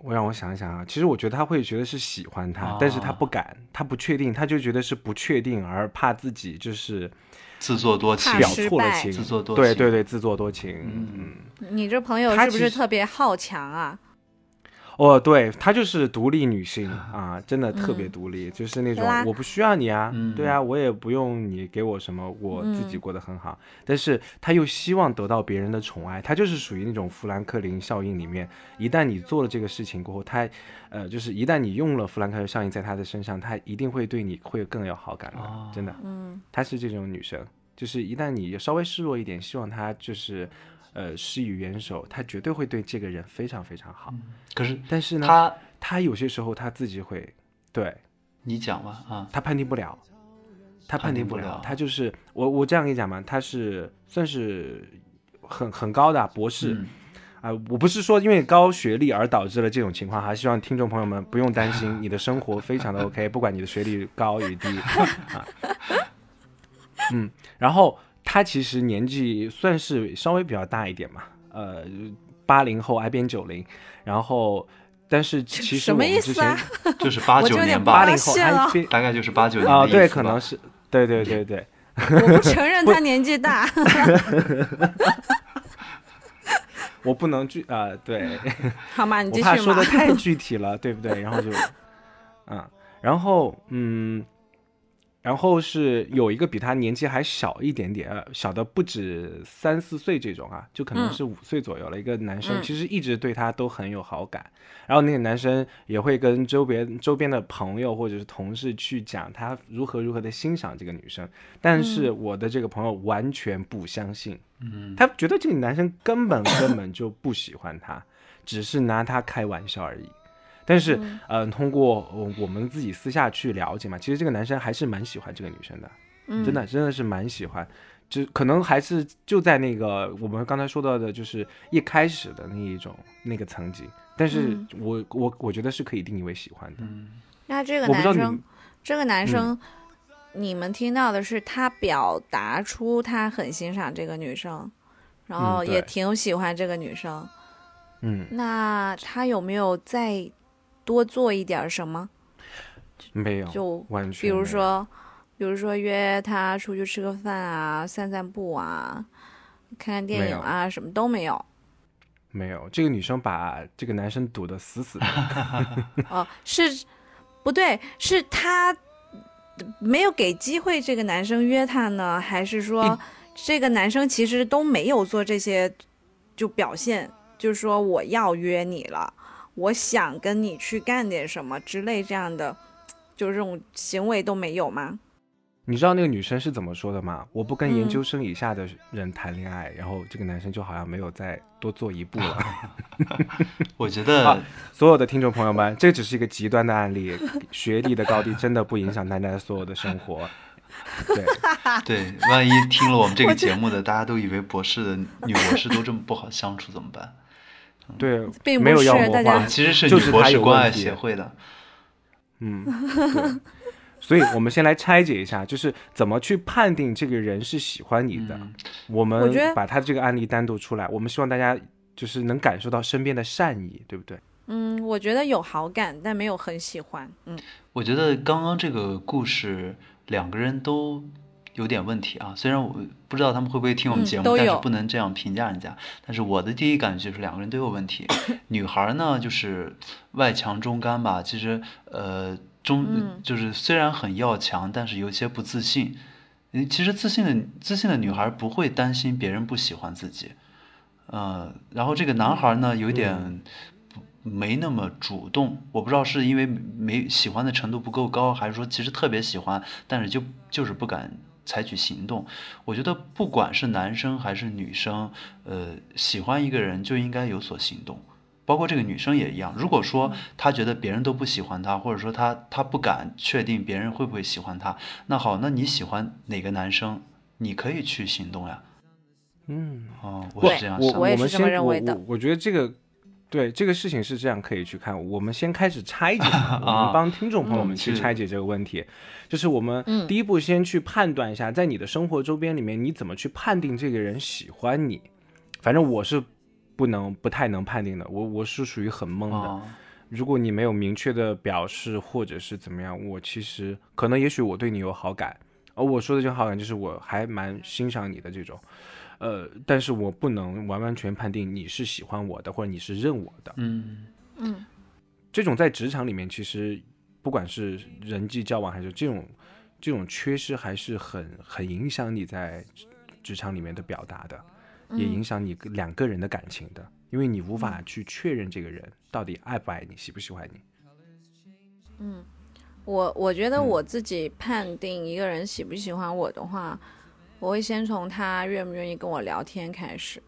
让我想一想啊，其实我觉得他会觉得是喜欢他，但是他不敢，他不确定，他就觉得是不确定，而怕自己就是自作多情， 表错了情， 自作多情， 对，自作多情。 你这朋友是不是特别好强啊？ 哦，对，她就是独立女性啊，真的特别独立，就是那种我不需要你啊，对啊，我也不用你给我什么，我自己过得很好。但是她又希望得到别人的宠爱，她就是属于那种富兰克林效应里面，一旦你做了这个事情过后，她就是一旦你用了富兰克林效应在她的身上，她一定会对你会更有好感的，真的。她是这种女生，就是一旦你稍微示弱一点，希望她就是施以援手，他绝对会对这个人非常非常好。 可是， 但是呢，他有些时候他自己会，对， 你讲吧啊， 他判定不了，他就是我这样跟你讲嘛，他是算是很高的博士。我不是说因为高学历而导致了这种情况，还希望听众朋友们不用担心，你的生活非常的 OK， 不管你的学历高与低啊。然后他其实年纪算是稍微比较大一点嘛，80后挨边90，然后但是其实我们之前就是89年吧 ，80后挨边大概就是89年啊，对，可能是对， 我不承认他年纪大， 我不能对， 好嘛，你继续嘛， 我怕说的太具体了，对不对？然后就然后是有一个比他年纪还小一点点，小的不止3、4岁这种啊，就可能是5岁左右了一个男生，其实一直对他都很有好感。然后那个男生也会跟周边的朋友或者是同事去讲他如何的欣赏这个女生，但是我的这个朋友完全不相信，他觉得这个男生根本就不喜欢他，只是拿他开玩笑而已。但是通过我们自己私下去了解嘛，其实这个男生还是蛮喜欢这个女生的，真的是蛮喜欢，就可能还是就在那个我们刚才说到的就是一开始的那个层级，但是我觉得是可以定义为喜欢的。 那这个男生你们听到的是他表达出他很欣赏这个女生，然后也挺喜欢这个女生，那他有没有再多做一点什么？ 没有， 就完全比如说约他出去吃个饭啊，散步啊，看看电影啊，什么都没有。 没有，这个女生把这个男生堵得死死的。 是不对，是他没有给机会这个男生约他呢，还是说这个男生其实都没有做这些就表现，就是说我要约你了，我想跟你去干点什么之类这样的，就是这种行为都没有吗？ 你知道那个女生是怎么说的吗？我不跟研究生以下的人谈恋爱，然后这个男生就好像没有再多做一步了。 我觉得所有的听众朋友们，这只是一个极端的案例，学历的高低真的不影响大家所有的生活。 对，万一听了我们这个节目的大家都以为女博士都这么不好相处怎么办？ 对， 并不是没有妖魔化， 其实是女博士关爱协会的。 对。所以我们先来拆解一下，就是怎么去判定这个人是喜欢你的。我们把他这个案例单独出来，我们希望大家就是能感受到身边的善意，对不对？ 我觉得有好感，但没有很喜欢。 我觉得刚刚这个故事两个人都有点问题啊，虽然我不知道他们会不会听我们节目，但是不能这样评价人家。但是我的第一感觉就是两个人都有问题。女孩呢，就是外强中干吧，其实就是虽然很要强，但是有些不自信。其实自信的女孩不会担心别人不喜欢自己。然后这个男孩呢，有点没那么主动，我不知道是因为没喜欢的程度不够高，还是说其实特别喜欢，但是就是不敢采取行动。我觉得不管是男生还是女生，喜欢一个人就应该有所行动。包括这个女生也一样，如果说她觉得别人都不喜欢她，或者说她不敢确定别人会不会喜欢她，那好，那你喜欢哪个男生，你可以去行动呀。我是这样想， 我也是这么认为的。 我觉得这个事情是这样可以去看。我们先开始拆解，我们帮听众朋友们去拆解这个问题。就是我们第一步先去判断一下，在你的生活周边里面，你怎么去判定这个人喜欢你。反正我是不太能判定的，我是属于很懵的。 如果你没有明确的表示或者是怎么样，我其实可能也许我对你有好感，而我说的这种好感就是我还蛮欣赏你的这种，但是我不能完完全判定你是喜欢我的或者你是认我的。这种在职场里面其实不管是人际交往还是这种缺失还是很影响你在职场里面的表达的，也影响你两个人的感情的，因为你无法去确认这个人到底爱不爱你，喜不喜欢你。 我觉得我自己判定一个人喜不喜欢我的话，我会先从他愿不愿意跟我聊天开始。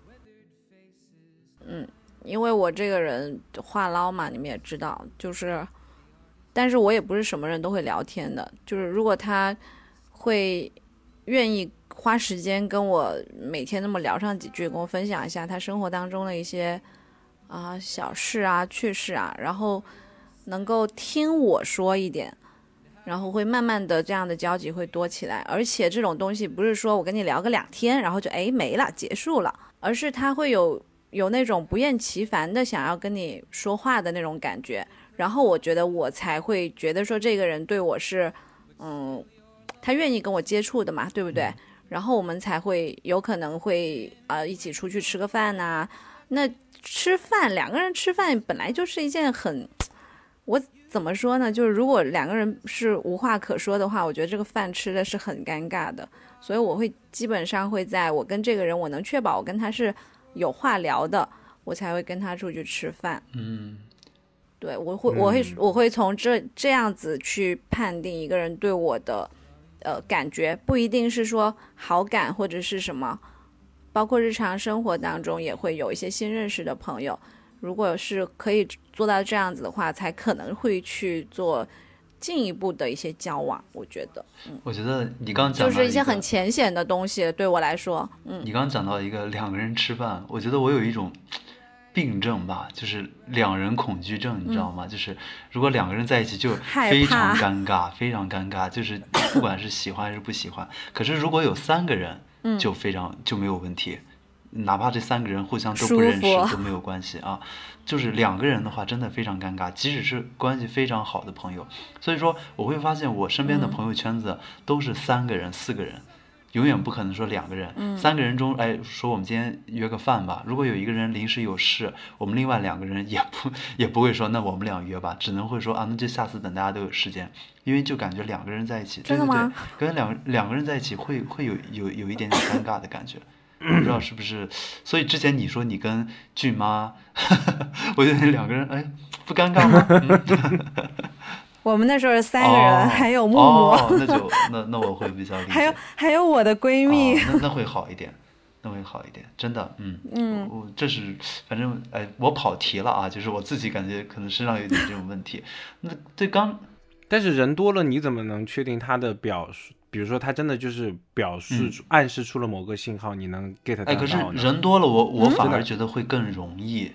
因为我这个人话唠嘛，你们也知道，但是我也不是什么人都会聊天的，就是如果他会愿意花时间跟我每天那么聊上几句，跟我分享一下他生活当中的一些小事啊、趣事啊，然后能够听我说一点，然后会慢慢的这样的交集会多起来。而且这种东西不是说我跟你聊个2天，然后就没了结束了，而是他会有那种不厌其烦的想要跟你说话的那种感觉，然后我觉得我才会觉得说这个人对我是他愿意跟我接触的嘛，对不对？然后我们才会有可能会一起出去吃个饭啊。那吃饭，两个人吃饭本来就是一件我怎么说呢，就是如果两个人是无话可说的话，我觉得这个饭吃的是很尴尬的。所以我会基本上会在我跟这个人我能确保我跟他是有话聊的，我才会跟他出去吃饭。对，我会从这样子去判定一个人对我的感觉，不一定是说好感或者是什么，包括日常生活当中也会有一些新认识的朋友，如果是可以做到这样子的话，才可能会去做进一步的一些交往。我觉得我觉得你刚讲到就是一些很浅显的东西，对我来说你刚讲到一个两个人吃饭，我觉得我有一种病症吧，就是两人恐惧症，你知道吗？就是如果两个人在一起就非常尴尬，非常尴尬，就是不管是喜欢还是不喜欢。可是如果有3个人，就没有问题，哪怕这3个人互相都不认识都没有关系啊。就是2个人的话真的非常尴尬，即使是关系非常好的朋友。所以说我会发现我身边的朋友圈子都是3个人、4个人。永远不可能说2个人，3个人中，说我们今天约个饭吧。如果有一个人临时有事，我们另外2个人也不会说那我们俩约吧，只能会说那就下次等大家都有时间。因为就感觉2个人在一起， 真的吗？ 对，跟两个人在一起会有一点点尴尬的感觉，不知道是不是？所以之前你说你跟俊妈，我觉得2个人，不尴尬吗？ 我们那时候是3个人，还有木木， 那我会比较理解。 还有我的闺蜜， 那会好一点，真的，我这是反正我跑题了啊，就是我自己感觉可能身上有点这种问题。那对但是人多了，你怎么能确定他的表述？比如说他真的就是暗示出了某个信号，你能 get 到呢？ 可是人多了，我反而觉得会更容易，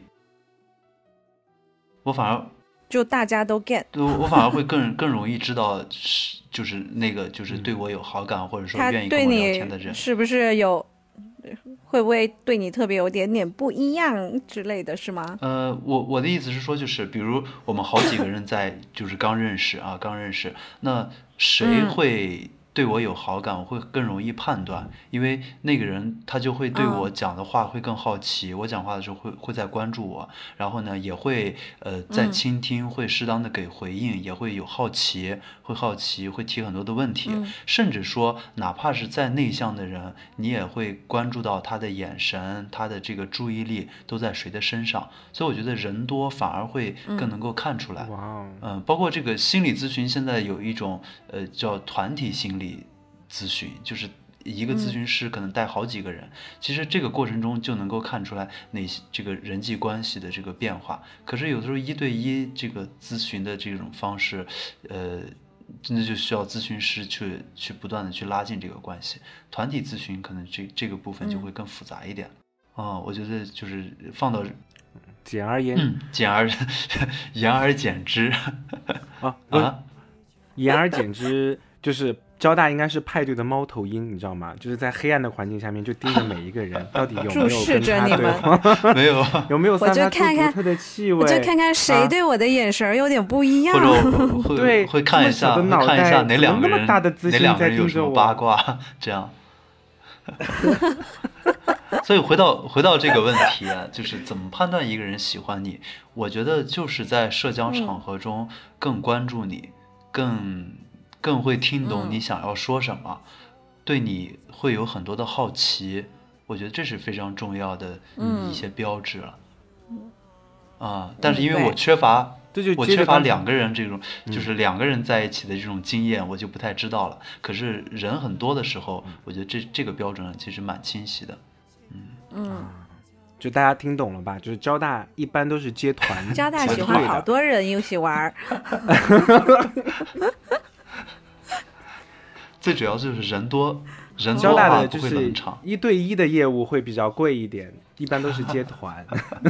我反而。 就大家都 get， 我反而会更容易知道，就是那个就是对我有好感，或者说愿意跟我聊天的人， 是不是会不会对你特别有点不一样之类的，是吗？ 我的意思是说，就是比如我们好几个人在就是刚认识，那谁会对我有好感，我会更容易判断，因为那个人他就会对我讲的话会更好奇，我讲话的时候会在关注我，然后呢也会在倾听，会适当的给回应，也会有好奇，会提很多的问题，甚至说哪怕是再内向的人，你也会关注到他的眼神，他的这个注意力都在谁的身上，所以我觉得人多反而会更能够看出来。包括这个心理咨询现在有一种叫团体心理咨询，就是一个咨询师可能带好几个人，其实这个过程中就能够看出来这个人际关系的这个变化。可是有的时候1对1这个咨询的这种方式，真的就需要咨询师去不断的去拉近这个关系。团体咨询可能这个部分就会更复杂一点。我觉得就是放到简而言言而简之言而简之就是交大应该是派对的猫头鹰，你知道吗？就是在黑暗的环境下面就盯着每一个人，到底有没有跟他对话， 没有， 有没有散发出独特的气味， 我就看看谁对我的眼神有点不一样， 或者对， 会看一下哪两个人有什么八卦，这样。所以回到这个问题啊，就是怎么判断一个人喜欢你？我觉得就是在社交场合中更关注你，更会听懂你想要说什么，对你会有很多的好奇。我觉得这是非常重要的一些标志了。但是因为我缺乏两个人这种，就是两个人在一起的这种经验，我就不太知道了。可是人很多的时候，我觉得这个标准其实蛮清晰的。 就大家听懂了吧？就是交大一般都是接团， 交大喜欢好多人一起玩。 最主要就是人多交大的就是1对1的业务会比较贵一点，一般都是接团。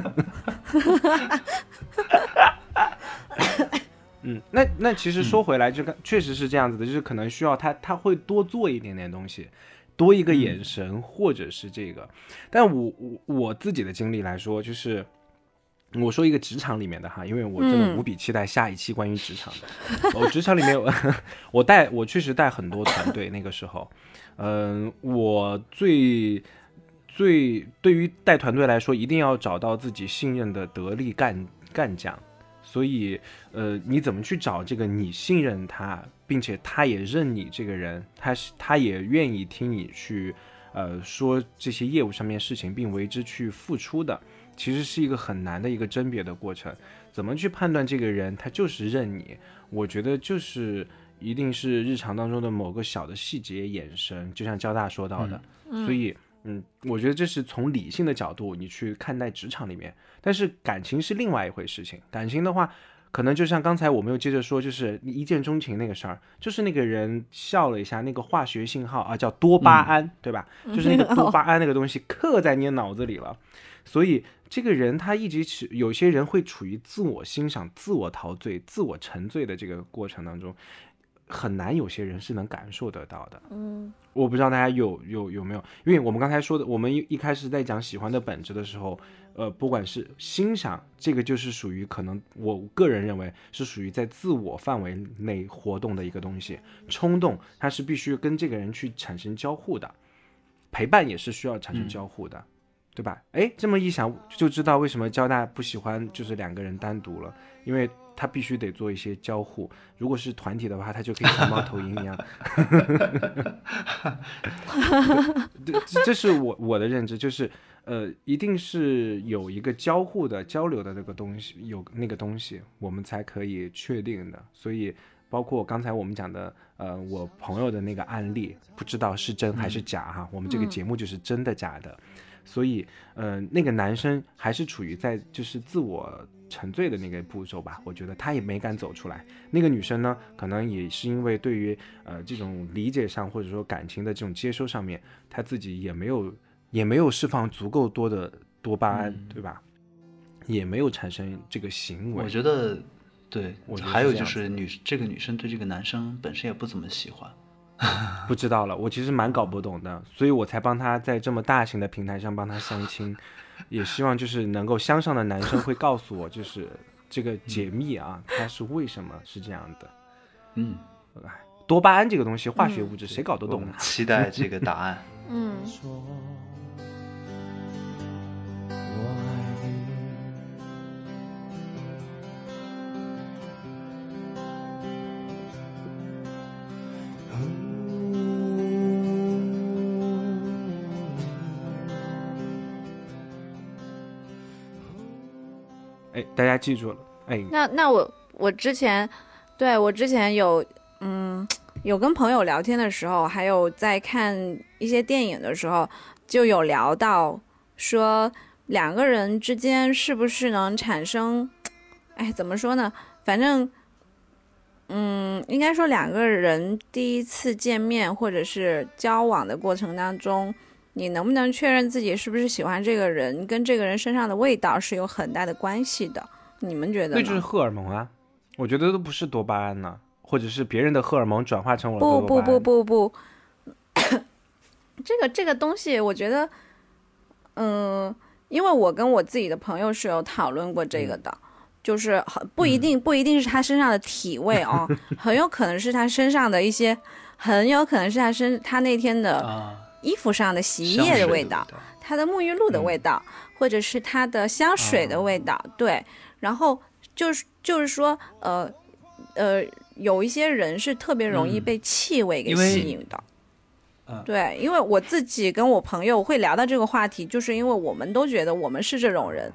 那其实说回来，就确实是这样子的，就是可能需要他会多做一点点东西，多一个眼神，或者是这个。但我自己的经历来说，就是我说一个职场里面的哈，因为我真的无比期待下一期关于职场的。我职场里面我确实带很多团队，那个时候，我最对于带团队来说，一定要找到自己信任的得力干将。所以你怎么去找这个你信任他，并且他也认你这个人，他也愿意听你去说这些业务上面事情，并为之去付出的，其实是一个很难的一个甄别的过程。怎么去判断这个人他就是认你？我觉得就是一定是日常当中的某个小的细节、眼神，就像交大说到的。所以我觉得这是从理性的角度你去看待职场里面，但是感情是另外一回事情。感情的话，可能就像刚才我们又接着说，就是一见钟情那个事儿，就是那个人笑了一下，那个化学信号啊叫多巴胺，对吧？就是那个多巴胺那个东西刻在你脑子里了。所以这个人他一直有些人会处于自我欣赏、自我陶醉、自我沉醉的这个过程当中，很难有些人是能感受得到的。我不知道大家有没有，因为我们刚才说的，我们一开始在讲喜欢的本质的时候，不管是欣赏，这个就是属于可能我个人认为是属于在自我范围内活动的一个东西。冲动它是必须跟这个人去产生交互的，陪伴也是需要产生交互的，对吧？这么一想就知道为什么交大不喜欢就是两个人单独了，因为他必须得做一些交互，如果是团体的话，他就可以像猫头鹰一样。这是我的认知，就是一定是有一个交互的交流的那个东西，有那个东西我们才可以确定的。所以包括刚才我们讲的我朋友的那个案例，不知道是真还是假哈，我们这个节目就是真的假的。所以那个男生还是处于在就是自我沉醉的那个步骤吧，我觉得他也没敢走出来。那个女生呢，可能也是因为对于这种理解上或者说感情的这种接收上面，她自己也没有释放足够多的多巴胺，对吧？也没有产生这个行为。 我觉得对，还有就是这个女生对这个男生本身也不怎么喜欢。 不知道了，我其实蛮搞不懂的，所以我才帮他在这么大型的平台上帮他相亲，也希望就是能够相上的男生会告诉我，就是这个解密啊，它是为什么是这样的。多巴胺这个东西，化学物质，谁搞得懂呢？ 期待这个答案。 大家记住了。 那我之前有跟朋友聊天的时候，还有在看一些电影的时候，就有聊到说两个人之间是不是能产生，怎么说呢？反正应该说两个人第一次见面或者是交往的过程当中，你能不能确认自己是不是喜欢这个人，跟这个人身上的味道是有很大的关系的。你们觉得呢？ 那就是荷尔蒙啊，我觉得都不是多巴胺呢。 或者是别人的荷尔蒙转化成我的多不巴胺？ 不，这个东西，我觉得，因为我跟我自己的朋友是有讨论过这个的，就是不一定是他身上的体味哦，很有可能是他身上的一些，很有可能是他那天的衣服上的洗衣液的味道，他的沐浴露的味道，或者是他的香水的味道，对，然后就是说，有一些人是特别容易被气味给吸引的。对，因为我自己跟我朋友会聊到这个话题，就是因为我们都觉得我们是这种人，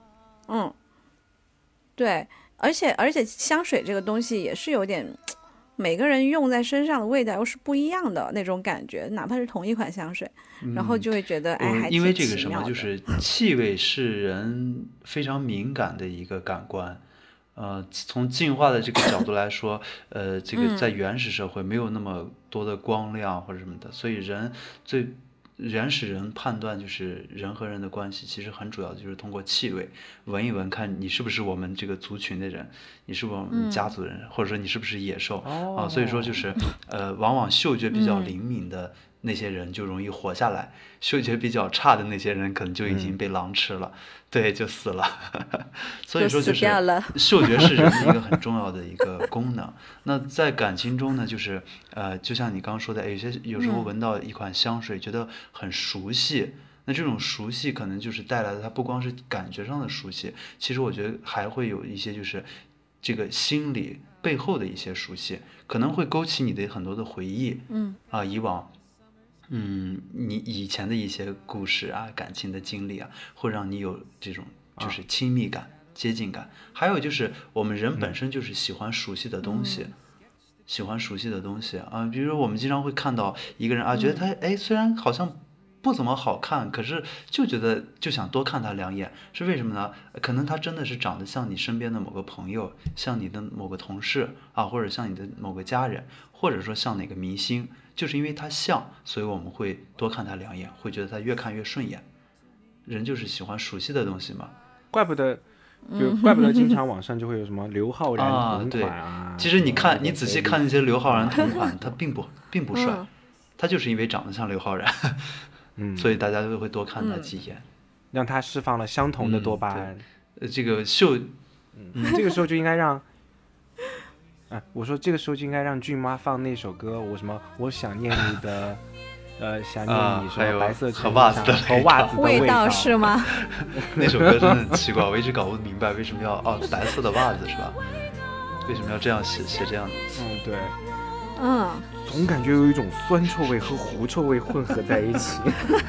对，而且香水这个东西也是有点，每个人用在身上的味道又是不一样的那种感觉，哪怕是同一款香水，然后就会觉得还挺因为这个什么， 奇妙的。 就是气味是人非常敏感的一个感官。从进化的这个角度来说，这个在原始社会没有那么多的光亮或者什么的，所以原始人判断就是人和人的关系，其实很主要的就是通过气味，闻一闻，看你是不是我们这个族群的人，你是不是我们家族的人，或者说你是不是野兽所以说就是往往嗅觉比较灵敏的那些人就容易活下来，嗅觉比较差的那些人可能就已经被狼吃了，对，就死了。所以说就是嗅觉是人的一个很重要的一个功能。那在感情中呢，就是就像你刚刚说的，有时候闻到一款香水觉得很熟悉，那这种熟悉可能就是带来的它不光是感觉上的熟悉，其实我觉得还会有一些就是这个心理背后的一些熟悉，可能会勾起你的很多的回忆，以往你以前的一些故事啊，感情的经历啊，会让你有这种就是亲密感、接近感。还有就是我们人本身就是喜欢熟悉的东西，喜欢熟悉的东西啊。比如说我们经常会看到一个人啊，觉得他虽然好像不怎么好看，可是就觉得就想多看他两眼，是为什么呢？可能他真的是长得像你身边的某个朋友，像你的某个同事啊，或者像你的某个家人，或者说像哪个明星。就是因为他像，所以我们会多看他两眼，会觉得他越看越顺眼。人就是喜欢熟悉的东西嘛， 怪不得经常网上就会有什么刘昊然同款啊。 对，其实你仔细看那些刘昊然同款，他并不帅，他就是因为长得像刘昊然，所以大家都会多看他几眼， 让他释放了相同的多巴胺。 这个这个时候就应该让。我说这个时候就应该让俊妈放那首歌，我想念你的，想念你什么白色和袜子的味道是吗？ 那首歌真的很奇怪，我一直搞不明白为什么要白色的袜子是吧？为什么要这样写这样的词？ 对，总感觉有一种酸臭味和狐臭味混合在一起。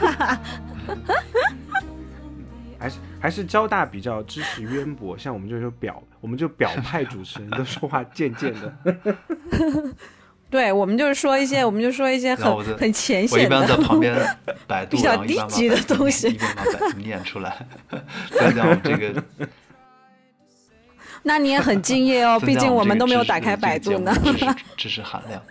还是交大比较知识渊博，像我们就表派主持人都说话贱贱的。 对，我们就说一些很浅显的， 我一般在旁边百度比较低级的东西， 一边把百度念出来，增加我们这个。 那你也很敬业哦，毕竟我们都没有打开百度呢。 知识含量。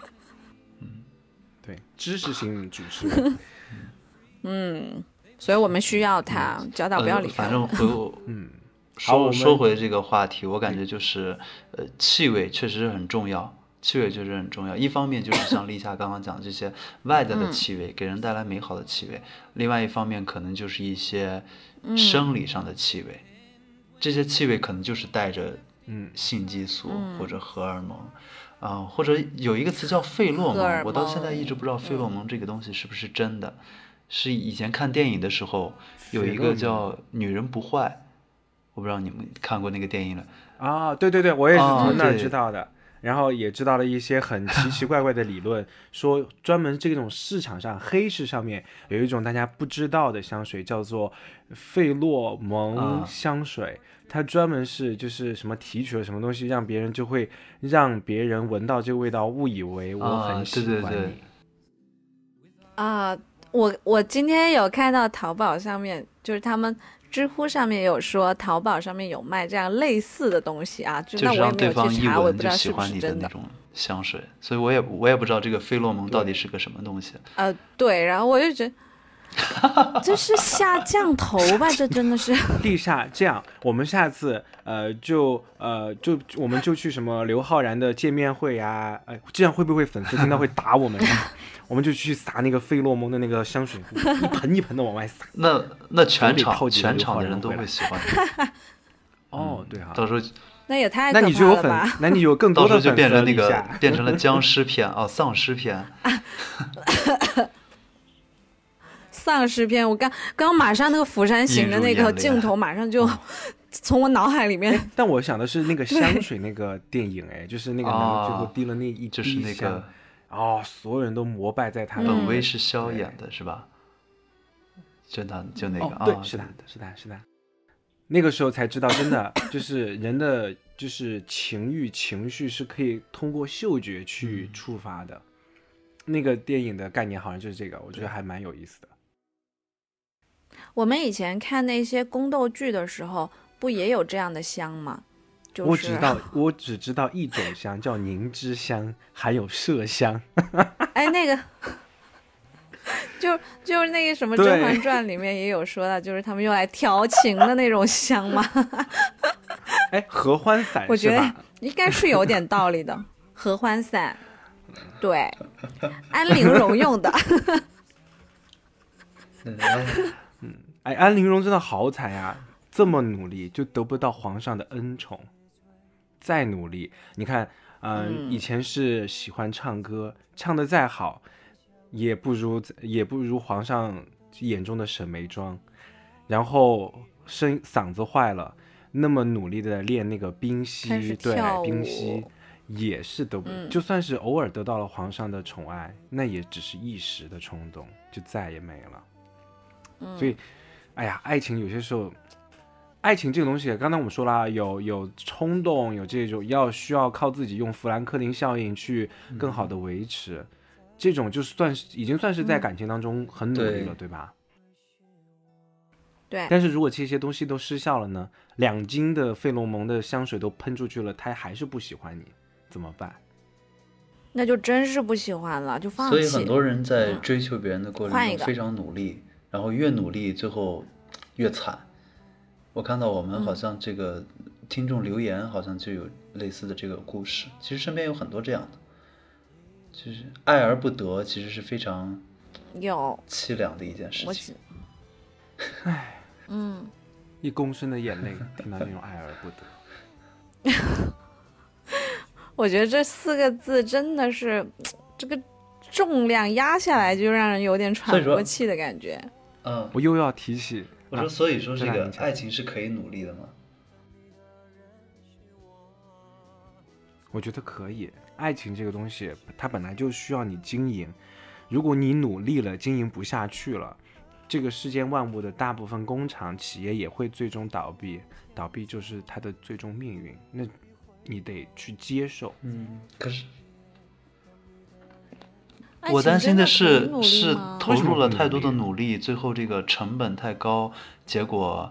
对，知识型主持人。 所以我们需要他，教导不要离开。 反正说回这个话题，我感觉就是气味确实很重要，气味确实很重要。一方面就是像立夏刚刚讲这些外在的气味，给人带来美好的气味；另外一方面可能就是一些生理上的气味，这些气味可能就是带着性激素或者荷尔蒙或者有一个词叫费洛蒙，我到现在一直不知道费洛蒙这个东西是不是真的。是以前看电影的时候有一个叫《女人不坏》，我不知道你们看过那个电影了对，我也是从那儿知道的，然后也知道了一些很奇奇怪怪的理论，说专门这种市场上黑市上面有一种大家不知道的香水叫做费洛蒙香水，它专门是就是什么提取了什么东西，让别人闻到这个味道误以为我很喜欢你。 我今天有看到淘宝上面，就是他们知乎上面有说淘宝上面有卖这样类似的东西啊， 就是那我也没有去查，我也不知道是不是真的。 香水，所以我也不知道这个费洛蒙到底是个什么东西。 对，然后我就觉得， 这是下降头吧？这真的是地下这样，我们下次我们就去什么刘昊然的见面会呀、这样会不会粉丝听到会打我们呀？我们就去撒那个费洛蒙的那个香水，一盆一盆的往外撒。 那全手里套几个场刘昊然的人都回来会喜欢。 哦，对哈、 到时候那也太可那你就有粉怕了吧？， 那你有更到时候就多的粉丝变成那个了一下变成了僵尸片哦，丧尸片。 丧尸片，我刚马上那个《釜山行》的那个映入眼帘镜头，马上就从我脑海里面。 但我想的是那个香水那个电影，哎，就是那个男的最后滴了那一就是那滴香， 个哦，所有人都膜拜在他的本威是萧演的是吧？就那个哦，对，是的，是的。那个时候才知道，真的就是人的就是情欲情绪是可以通过嗅觉去触发的。那个电影的概念好像就是这个，我觉得还蛮有意思的。 我们以前看那些宫斗剧的时候，不也有这样的香吗？就是我只知道一种香叫凝脂香，还有麝香。 哎，那个就是那个什么《 对甄嬛传》里面也有说到，就是他们用来调情的那种香嘛。 哎，合欢散我觉得是吧？ 应该是有点道理的。合欢散，对，安陵容用的。 哎，安陵容真的好惨呀，这么努力就得不到皇上的恩宠，再努力，你看，以前是喜欢唱歌，唱得再好，也不如皇上眼中的沈眉庄，然后嗓子坏了，那么努力的练那个冰溪，对，冰溪也是得不，就算是偶尔得到了皇上的宠爱，那也只是一时的冲动，就再也没了。所以，哎呀，爱情有些时候，爱情这个东西，刚才我们说了，有冲动，有这种需要靠自己用富兰克林效应去更好的维持，这种就已经算是在感情当中很努力了，对吧？ 对。 但是如果这些东西都失效了呢？2斤的费洛蒙的香水都喷出去了，他还是不喜欢你，怎么办？ 那就真是不喜欢了，就放弃。 所以很多人在追求别人的过程换一个中非常努力，然后越努力最后越惨。我看到我们好像这个听众留言好像就有类似的这个故事，其实身边有很多这样的，就是爱而不得，其实是非常凄凉的一件事情。 唉，一公升的眼泪，听到那种爱而不得。 我觉得这4个字真的是这个重量压下来，就让人有点喘不过气的感觉。 我又要提起， 我说，所以说这个爱情是可以努力的吗？ 我觉得可以。爱情这个东西，它本来就需要你经营。如果你努力了，经营不下去了，这个世间万物的大部分工厂企业也会最终倒闭，倒闭就是它的最终命运。那你得去接受。 可是我担心的是投入了太多的努力，最后这个成本太高，结果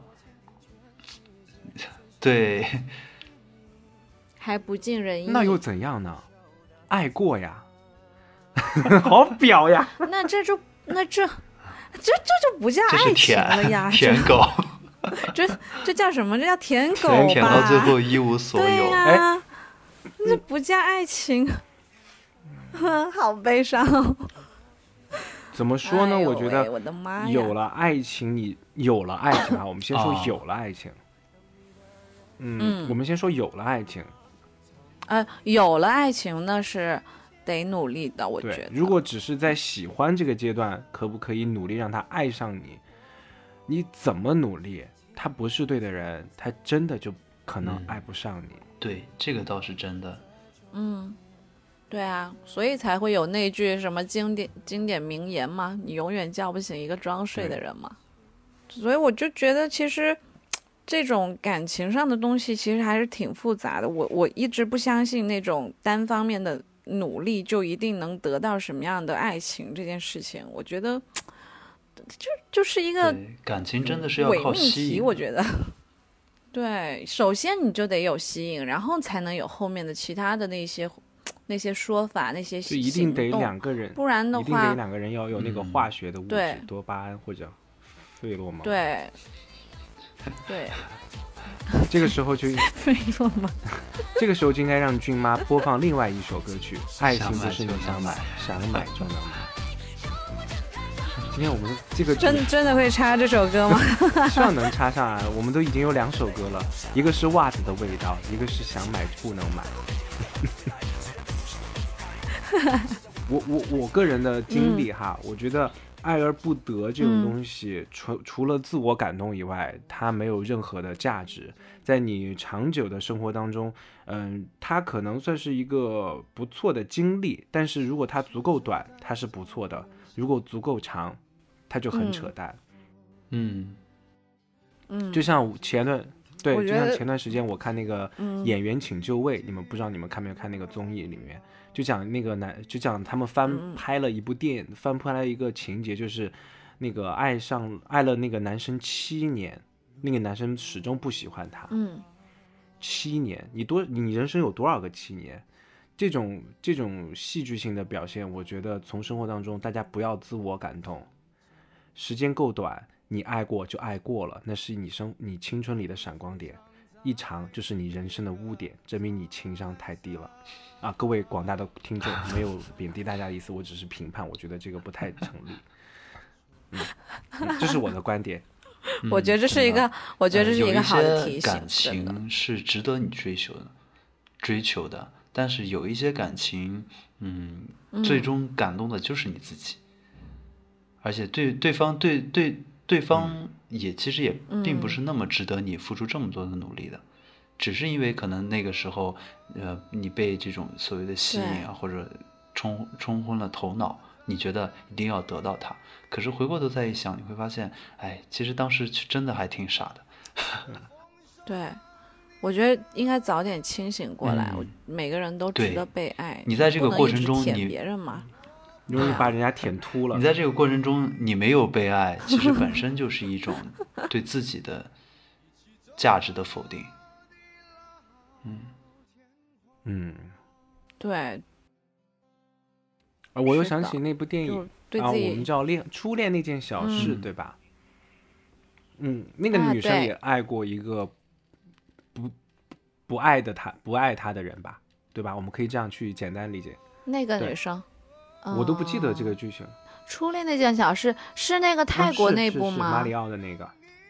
对还不尽人意。 那又怎样呢？爱过呀。好表呀。 那这就不叫爱情了呀， 舔狗。 这叫什么？这叫舔狗吧？ 舔到最后一无所有。 对呀，这不叫爱情。好悲伤。 怎么说呢？我觉得我的妈呀， 有了爱情，我们先说有了爱情。我们先说有了爱情。 有了爱情那是得努力的，我觉得。 如果只是在喜欢这个阶段，可不可以努力让他爱上你？你怎么努力，他不是对的人，他真的就可能爱不上你。 对，这个倒是真的。 对啊，所以才会有那句什么经典名言嘛，你永远叫不醒一个装睡的人嘛。所以我就觉得其实这种感情上的东西其实还是挺复杂的。我一直不相信那种单方面的努力就一定能得到什么样的爱情这件事情，我觉得就是一个感情真的是要靠吸引， 我觉得。对，首先你就得有吸引，然后才能有后面的其他的那些那些说法那些就一定得行动两个人， 不然的一定得话两个人要有那个化学的物质， 对多巴胺或者费洛蒙。 对对这个时候就费洛蒙这个时候就应该让俊妈播放另外一首歌曲《爱情不是你想买想买就能买》。今天我们这个真的会插这首歌吗？ 希望能插上来。我们都已经有2首歌了，一个是袜子的味道，一个是想买不能买。我个人的经历哈，我觉得爱而不得这种东西，除了自我感动以外，它没有任何的价值。在你长久的生活当中，它可能算是一个不错的经历，但是如果它足够短，它是不错的；如果足够长，它就很扯淡。就像前段时间我看那个演员请就位，不知道你们看没有看那个综艺里面，就讲他们翻拍了一部电影，翻拍了一个情节，就是那个爱了那个男生7年，那个男生始终不喜欢他。7年，你人生有多少个7年？这种戏剧性的表现，我觉得从生活当中大家不要自我感动，时间够短，你爱过就爱过了，那是你青春里的闪光点，一长就是你人生的污点，证明你情商太低了啊！各位广大的听众，没有贬低大家的意思，我只是评判，我觉得这个不太成立。这是我的观点。 我觉得这是一个好的提醒。 感情是值得你追求的，但是有一些感情，最终感动的就是你自己，而且对方也其实也并不是那么值得你付出这么多的努力的，只是因为可能那个时候，你被这种所谓的吸引啊，或者冲昏了头脑，你觉得一定要得到它，可是回过头再一想，你会发现，哎，其实当时真的还挺傻的。 对，我觉得应该早点清醒过来。每个人都值得被爱。 你在这个过程中， 舔别人嘛， 容易把人家舔秃了。 你在这个过程中，你没有被爱，其实本身就是一种对自己的价值的否定。 对。 我又想起那部电影啊， 我们叫初恋那件小事，对吧？那个女生也爱过一个不爱她的人吧，对吧？我们可以这样去简单理解。 那个女生， 我都不记得这个剧情。 初恋那件小事是那个泰国那部吗？ 是马里奥的那个。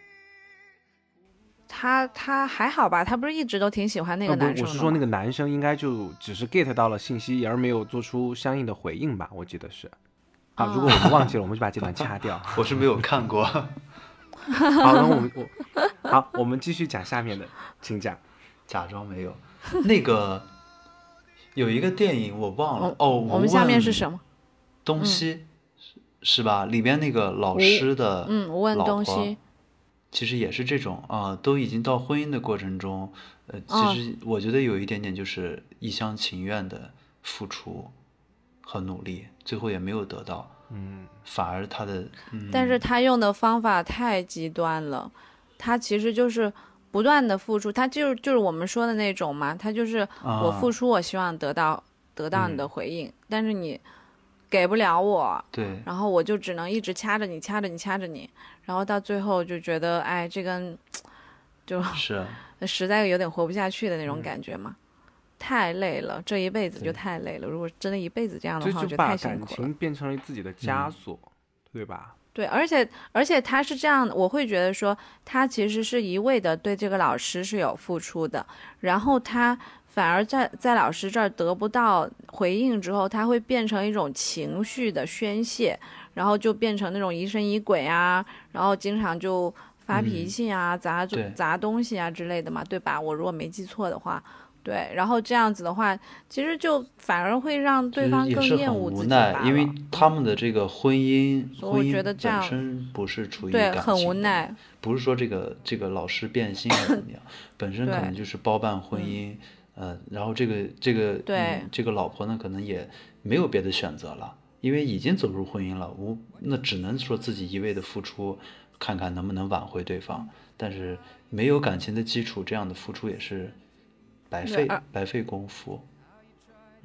他还好吧？他不是一直都挺喜欢那个男生的吗？ 我是说那个男生应该就只是 get 到了信息，而没有做出相应的回应吧？我记得是。好，如果我们忘记了，我们就把这段掐掉。 我是没有看过。 好，那我们继续讲下面的，请讲。 假装没有。那个有一个电影我忘了我们下面是什么？ 东西是吧？里边那个老师的无问东西。 其实也是这种都已经到婚姻的过程中，其实我觉得有一点点就是一厢情愿的付出和努力，最后也没有得到，反而他的， 但是他用的方法太极端了，他其实就是不断的付出，他就是我们说的那种嘛，他就是我付出，我希望得到你的回应，但是你给不了我， 对， 然后我就只能一直掐着你，然后到最后就觉得，哎，这个就是实在有点活不下去的那种感觉嘛，太累了，这一辈子就太累了。如果真的一辈子这样的话，我觉得太辛苦了。 就把感情变成了自己的枷锁，对吧？ 对，而且他是这样的，我会觉得说，他其实是一味的对这个老师是有付出的，然后他反而在老师这儿得不到回应之后，他会变成一种情绪的宣泄，然后就变成那种疑神疑鬼啊，然后经常就发脾气啊，砸东西啊之类的嘛，对吧？我如果没记错的话，对，然后这样子的话，其实就反而会让对方更厌恶自己吧， 因为他们的这个婚姻我觉得这样本身不是处于对感情， 很无奈， 不是说这个老师变心了怎么样，本身可能就是包办婚姻，然后这个老婆呢，可能也没有别的选择了，因为已经走入婚姻了，那只能说自己一味的付出，看看能不能挽回对方，但是没有感情的基础，这样的付出也是白费功夫。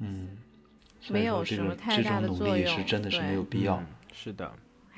没有什么太大的作用， 这种努力是真的是没有必要。 是的，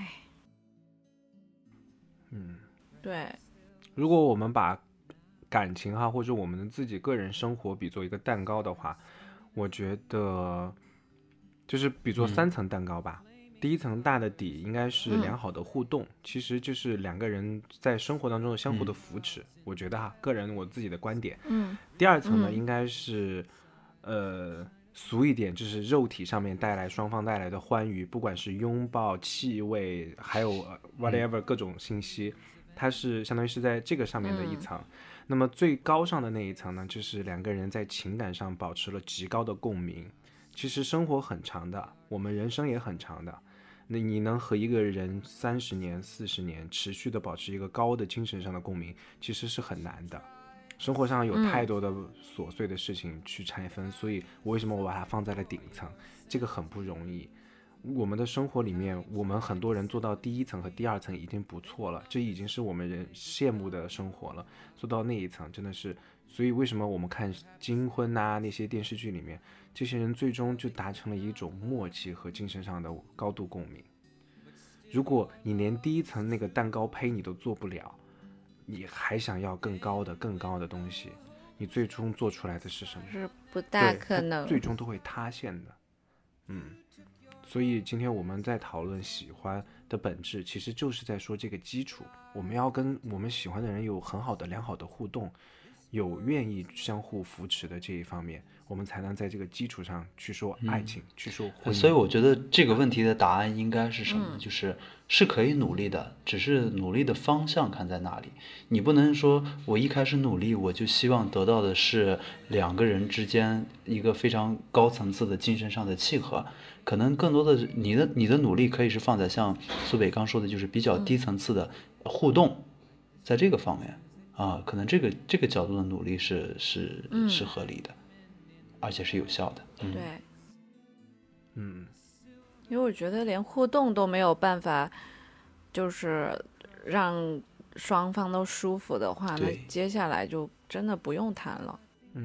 对。 如果我们把感情或者我们自己个人生活比作一个蛋糕的话，我觉得就是比作3层蛋糕吧。第一层大的底应该是良好的互动，其实就是2个人在生活当中的相互的扶持。我觉得个人我自己的观点。第2层呢，应该是俗一点，就是肉体上面双方带来的欢愉，不管是拥抱、气味，还有whatever 各种信息，它是相当于是在这个上面的一层。那么最高上的那一层呢，就是2个人在情感上保持了极高的共鸣。其实生活很长的，我们人生也很长的，那你能和一个人30年、40年持续的保持一个高的精神上的共鸣，其实是很难的。生活上有太多的琐碎的事情去拆分，所以为什么我把它放在了顶层？这个很不容易。我们的生活里面，我们很多人做到第1层和第2层已经不错了，这已经是我们人羡慕的生活了。做到那一层真的是，所以为什么我们看金婚那些电视剧里面，这些人最终就达成了一种默契和精神上的高度共鸣。如果你连第1层那个蛋糕胚你都做不了，你还想要更高的东西，你最终做出来的是什么？ 是不大可能， 最终都会塌陷的。所以今天我们在讨论喜欢的本质，其实就是在说这个基础，我们要跟我们喜欢的人有很好的良好的互动，有愿意相互扶持的这一方面，我们才能在这个基础上去说爱情，去说婚姻。 所以我觉得这个问题的答案应该是什么？就是可以努力的，只是努力的方向看在哪里。你不能说我一开始努力，我就希望得到的是2个人之间一个非常高层次的精神上的契合。可能更多的你的努力可以是放在像苏北刚说的，就是比较低层次的互动，在这个方面可能这个角度的努力是合理的，而且是有效的。 对，因为我觉得连互动都没有办法，就是让双方都舒服的话，那接下来就真的不用谈了。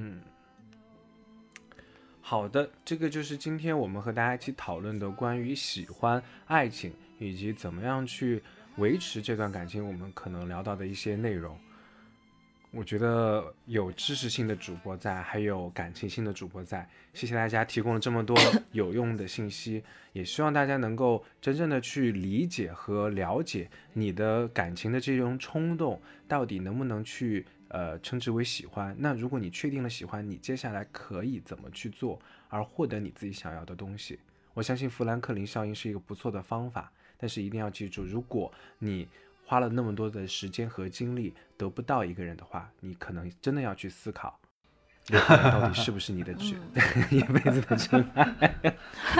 好的，这个就是今天我们和大家一起讨论的关于喜欢、爱情以及怎么样去维持这段感情，我们可能聊到的一些内容。我觉得有知识性的主播在，还有感情性的主播在，谢谢大家提供了这么多有用的信息，也希望大家能够真正的去理解和了解你的感情的这种冲动到底能不能去称之为喜欢。那如果你确定了喜欢，你接下来可以怎么去做而获得你自己想要的东西？我相信富兰克林效应是一个不错的方法，但是一定要记住，如果你花了那么多的时间和精力得不到一个人的话，你可能真的要去思考，到底是不是你的一辈子的真爱。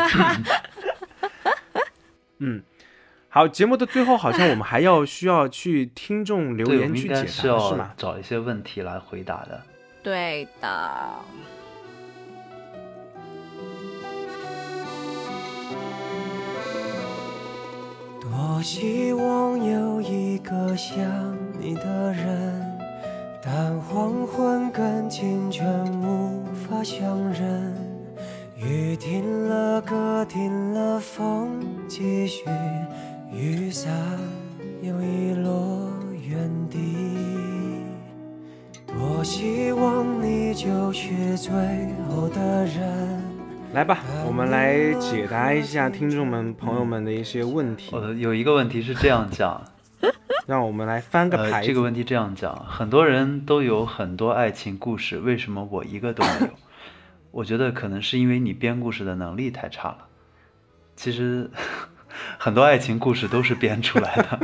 好，节目的最后好像我们还需要去听众留言去解答，是吗？ 找一些问题来回答的。 对的。 多希望有一个像你的人，但黄昏跟清晨无法相认。雨停了，歌停了，风继续，雨伞又遗落原地。多希望你就是最后的人。 来吧，我们来解答一下听众们朋友们的一些问题。 有一个问题是这样讲， 让我们来翻个牌子。 这个问题这样讲，很多人都有很多爱情故事，为什么我一个都没有？我觉得可能是因为你编故事的能力太差了。其实很多爱情故事都是编出来的，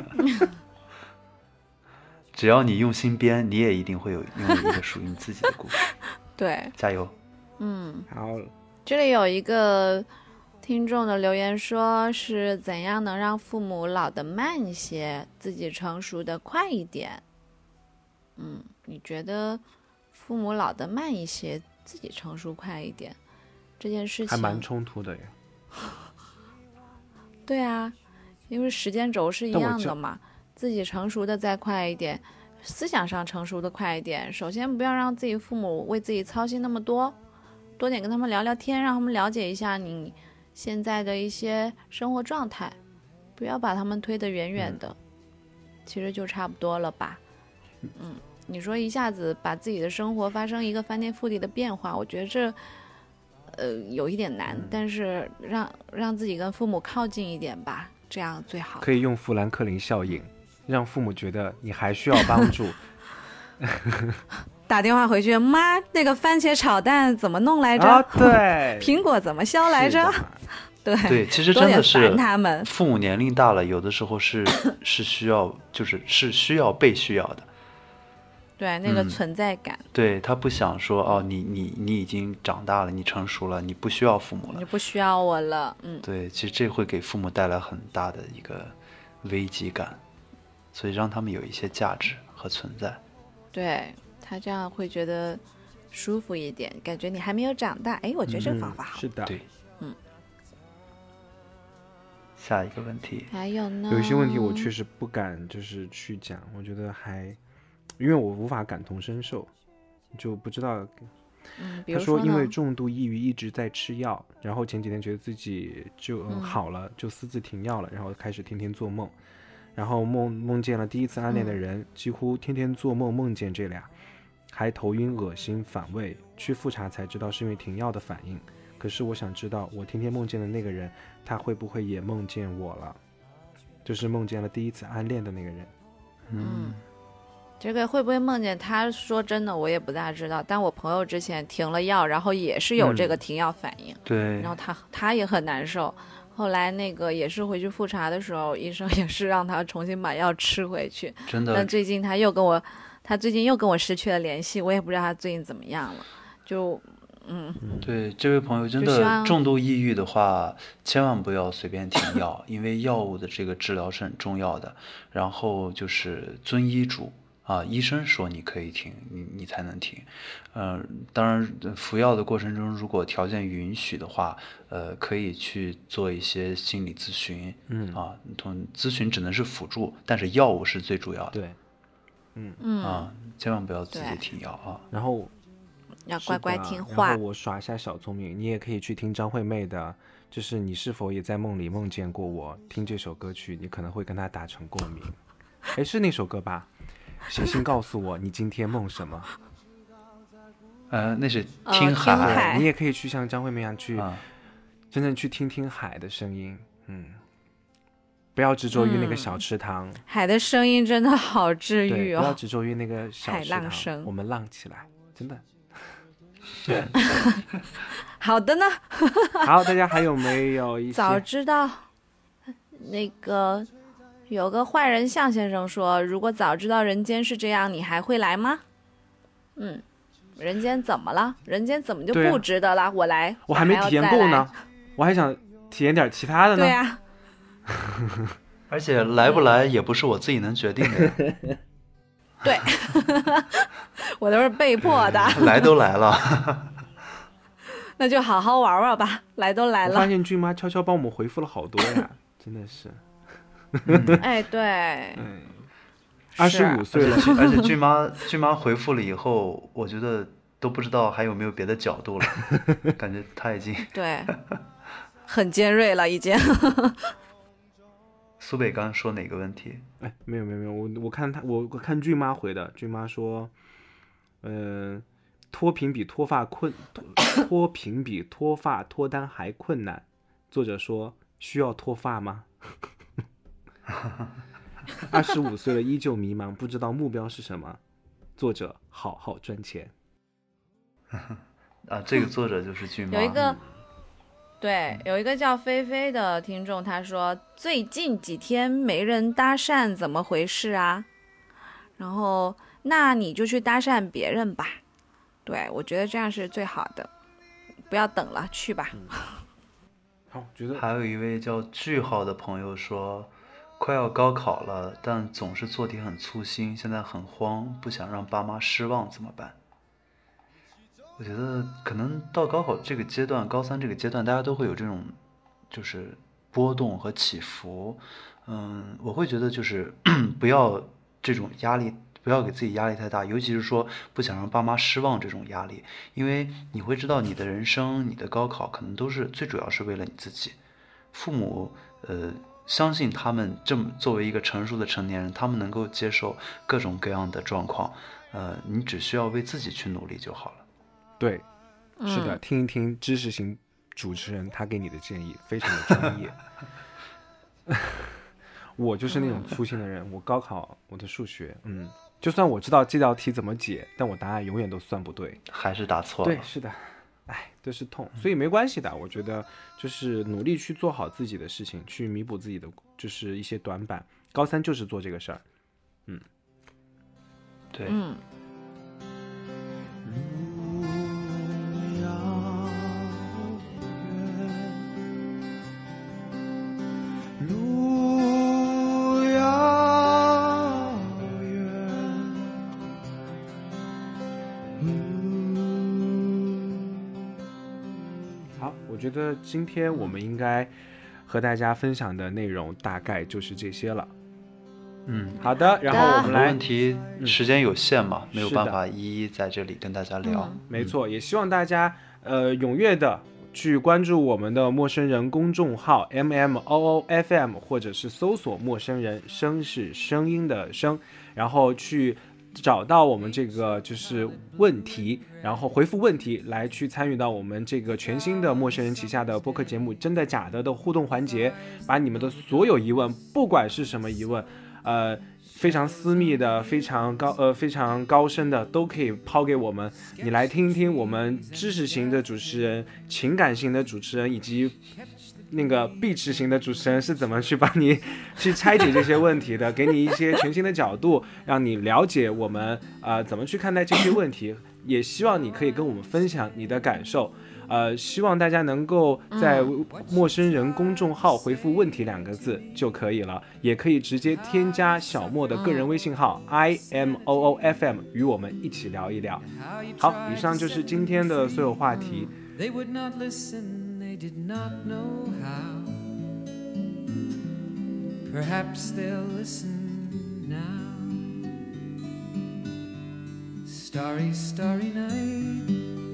只要你用心编，你也一定会拥有一个属于你自己的故事。 对， 加油。 好。 这里有一个听众的留言说，是怎样能让父母老得慢一些，自己成熟的快一点？你觉得父母老得慢一些，自己成熟快一点，这件事情还蛮冲突的耶。 对啊，因为时间轴是一样的嘛，自己成熟的再快一点，思想上成熟的快一点。首先不要让自己父母为自己操心那么多， 多点跟他们聊聊天，让他们了解一下你现在的一些生活状态，不要把他们推得远远的，其实就差不多了吧。你说一下子把自己的生活发生一个翻天覆地的变化，我觉得这有一点难，但是让自己跟父母靠近一点吧，这样最好。 可以用富兰克林效应，让父母觉得你还需要帮助。 打电话回去，妈，那个番茄炒蛋怎么弄来着？ 对， 苹果怎么削来着？ 对，其实真的是他们父母年龄大了，有的时候是需要，是需要被需要的。 对，那个存在感。 对，他不想说哦，你已经长大了，你成熟了，你不需要父母了， 你不需要我了。 对，其实这会给父母带来很大的一个危机感，所以让他们有一些价值和存在。 对，他这样会觉得舒服一点，感觉你还没有长大。哎，我觉得这个方法好。 是的， 对，下一个问题， 还有呢？ 有一些问题我确实不敢就是去讲，我觉得因为我无法感同身受，就不知道。他说因为重度抑郁一直在吃药，然后前几天觉得自己就好了，就私自停药了，然后开始天天做梦，然后梦见了第一次暗恋的人，几乎天天做梦梦见这俩，还头晕恶心反胃，去复查才知道是因为停药的反应。可是我想知道我天天梦见的那个人，他会不会也梦见我了，就是梦见了第一次暗恋的那个人。 这个会不会梦见他，说真的我也不大知道，但我朋友之前停了药，然后也是有这个停药反应。 对， 然后他也很难受，后来那个也是回去复查的时候，医生也是让他重新把药吃回去。 真的。 但最近他最近又跟我失去了联系，我也不知道他最近怎么样了。 对，这位朋友真的重度抑郁的话，千万不要随便停药，因为药物的这个治疗是很重要的。然后就是遵医嘱啊，医生说你可以停，你才能停。当然服药的过程中，如果条件允许的话，可以去做一些心理咨询。咨询只能是辅助，但是药物是最主要的。 对， 千万不要自己停药啊。 然后要乖乖听话。 然后我耍一下小聪明，你也可以去听张惠妹的，就是你是否也在梦里梦见过我？听这首歌曲，你可能会跟她达成共鸣。哎，是那首歌吧？写信告诉我你今天梦什么。 那是听海。 你也可以去像张惠妹一样去，真正去听听海的声音。不要执着于那个小池塘。 海的声音真的好治愈哦。 不要执着于那个小池塘。 海浪声， 我们浪起来，真的。 好的呢。 好，大家还有没有一些？ 早知道那个有个坏人向先生说，如果早知道人间是这样，你还会来吗？人间怎么了？人间怎么就不值得了？我来， 我还没体验够呢，我还想体验点其他的呢。 对呀。 而且来不来也不是我自己能决定的。 对。我都是被迫的。 来都来了。 那就好好玩玩吧，来都来了。 我发现俊妈悄悄帮我们回复了好多呀，真的是。 哎，对。 25岁了， 而且俊妈回复了以后，我觉得都不知道还有没有别的角度了，感觉他已经对很尖锐了已经。 苏北刚说哪个问题？ 哎，没有，我看俊妈回的，俊妈说，脱贫比脱发脱单还困难。作者说需要脱发吗？25岁了依旧迷茫，不知道目标是什么。作者好好赚钱。 这个作者就是俊妈。 有一个叫菲菲的听众，他说最近几天没人搭讪，怎么回事啊？然后那你就去搭讪别人吧。对，我觉得这样是最好的，不要等了，去吧。 好，觉得还有一位叫句号的朋友说，快要高考了，但总是做题很粗心，现在很慌，不想让爸妈失望，怎么办？我觉得可能到高考这个阶段，高3这个阶段，大家都会有这种就是波动和起伏。我会觉得就是不要这种压力不要给自己压力太大，尤其是说不想让爸妈失望这种压力，因为你会知道你的人生，你的高考可能都是最主要是为了你自己。父母相信他们这么作为一个成熟的成年人，他们能够接受各种各样的状况，你只需要为自己去努力就好了。 对，是的，听一听知识型主持人他给你的建议，非常的专业。我就是那种粗心的人，我高考我的数学，就算我知道这道题怎么解，但我答案永远都算不对， 还是答错了。 对，是的，哎，这是痛，所以没关系的。我觉得就是努力去做好自己的事情，去弥补自己的就是一些短板。高三就是做这个事儿， 对， 我觉得今天我们应该和大家分享的内容大概就是这些了。好的，然后我们来， 问题时间有限嘛，没有是的办法一一在这里跟大家聊。 没错，也希望大家踊跃的去关注我们的陌生人公众号 MMOOFM， 或者是搜索陌生人，声是声音的声，然后去找到我们这个就是问题，然后回复问题来去参与到我们这个全新的陌生人旗下的播客节目真的假的的互动环节，把你们的所有疑问，不管是什么疑问，非常私密的、非常高深的，都可以抛给我们。你来听一听我们知识型的主持人、情感型的主持人以及那个壁纸型的主持人是怎么去帮你去拆解这些问题的，给你一些全新的角度，让你了解我们怎么去看待这些问题。也希望你可以跟我们分享你的感受。希望大家能够在陌生人公众号回复问题2个字就可以了，也可以直接添加小莫的个人微信号 IMOOFM 与我们一起聊一聊。好，以上就是今天的所有话题。 They would not listen, they did not know how. Perhaps they'll listen now. Starry, starry night,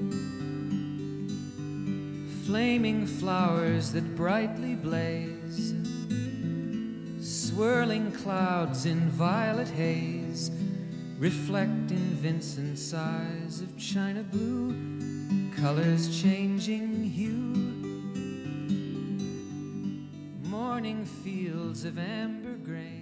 flaming flowers that brightly blaze, swirling clouds in violet haze, reflect in Vincent's eyes of china blue, colors changing hue, morning fields of amber grain.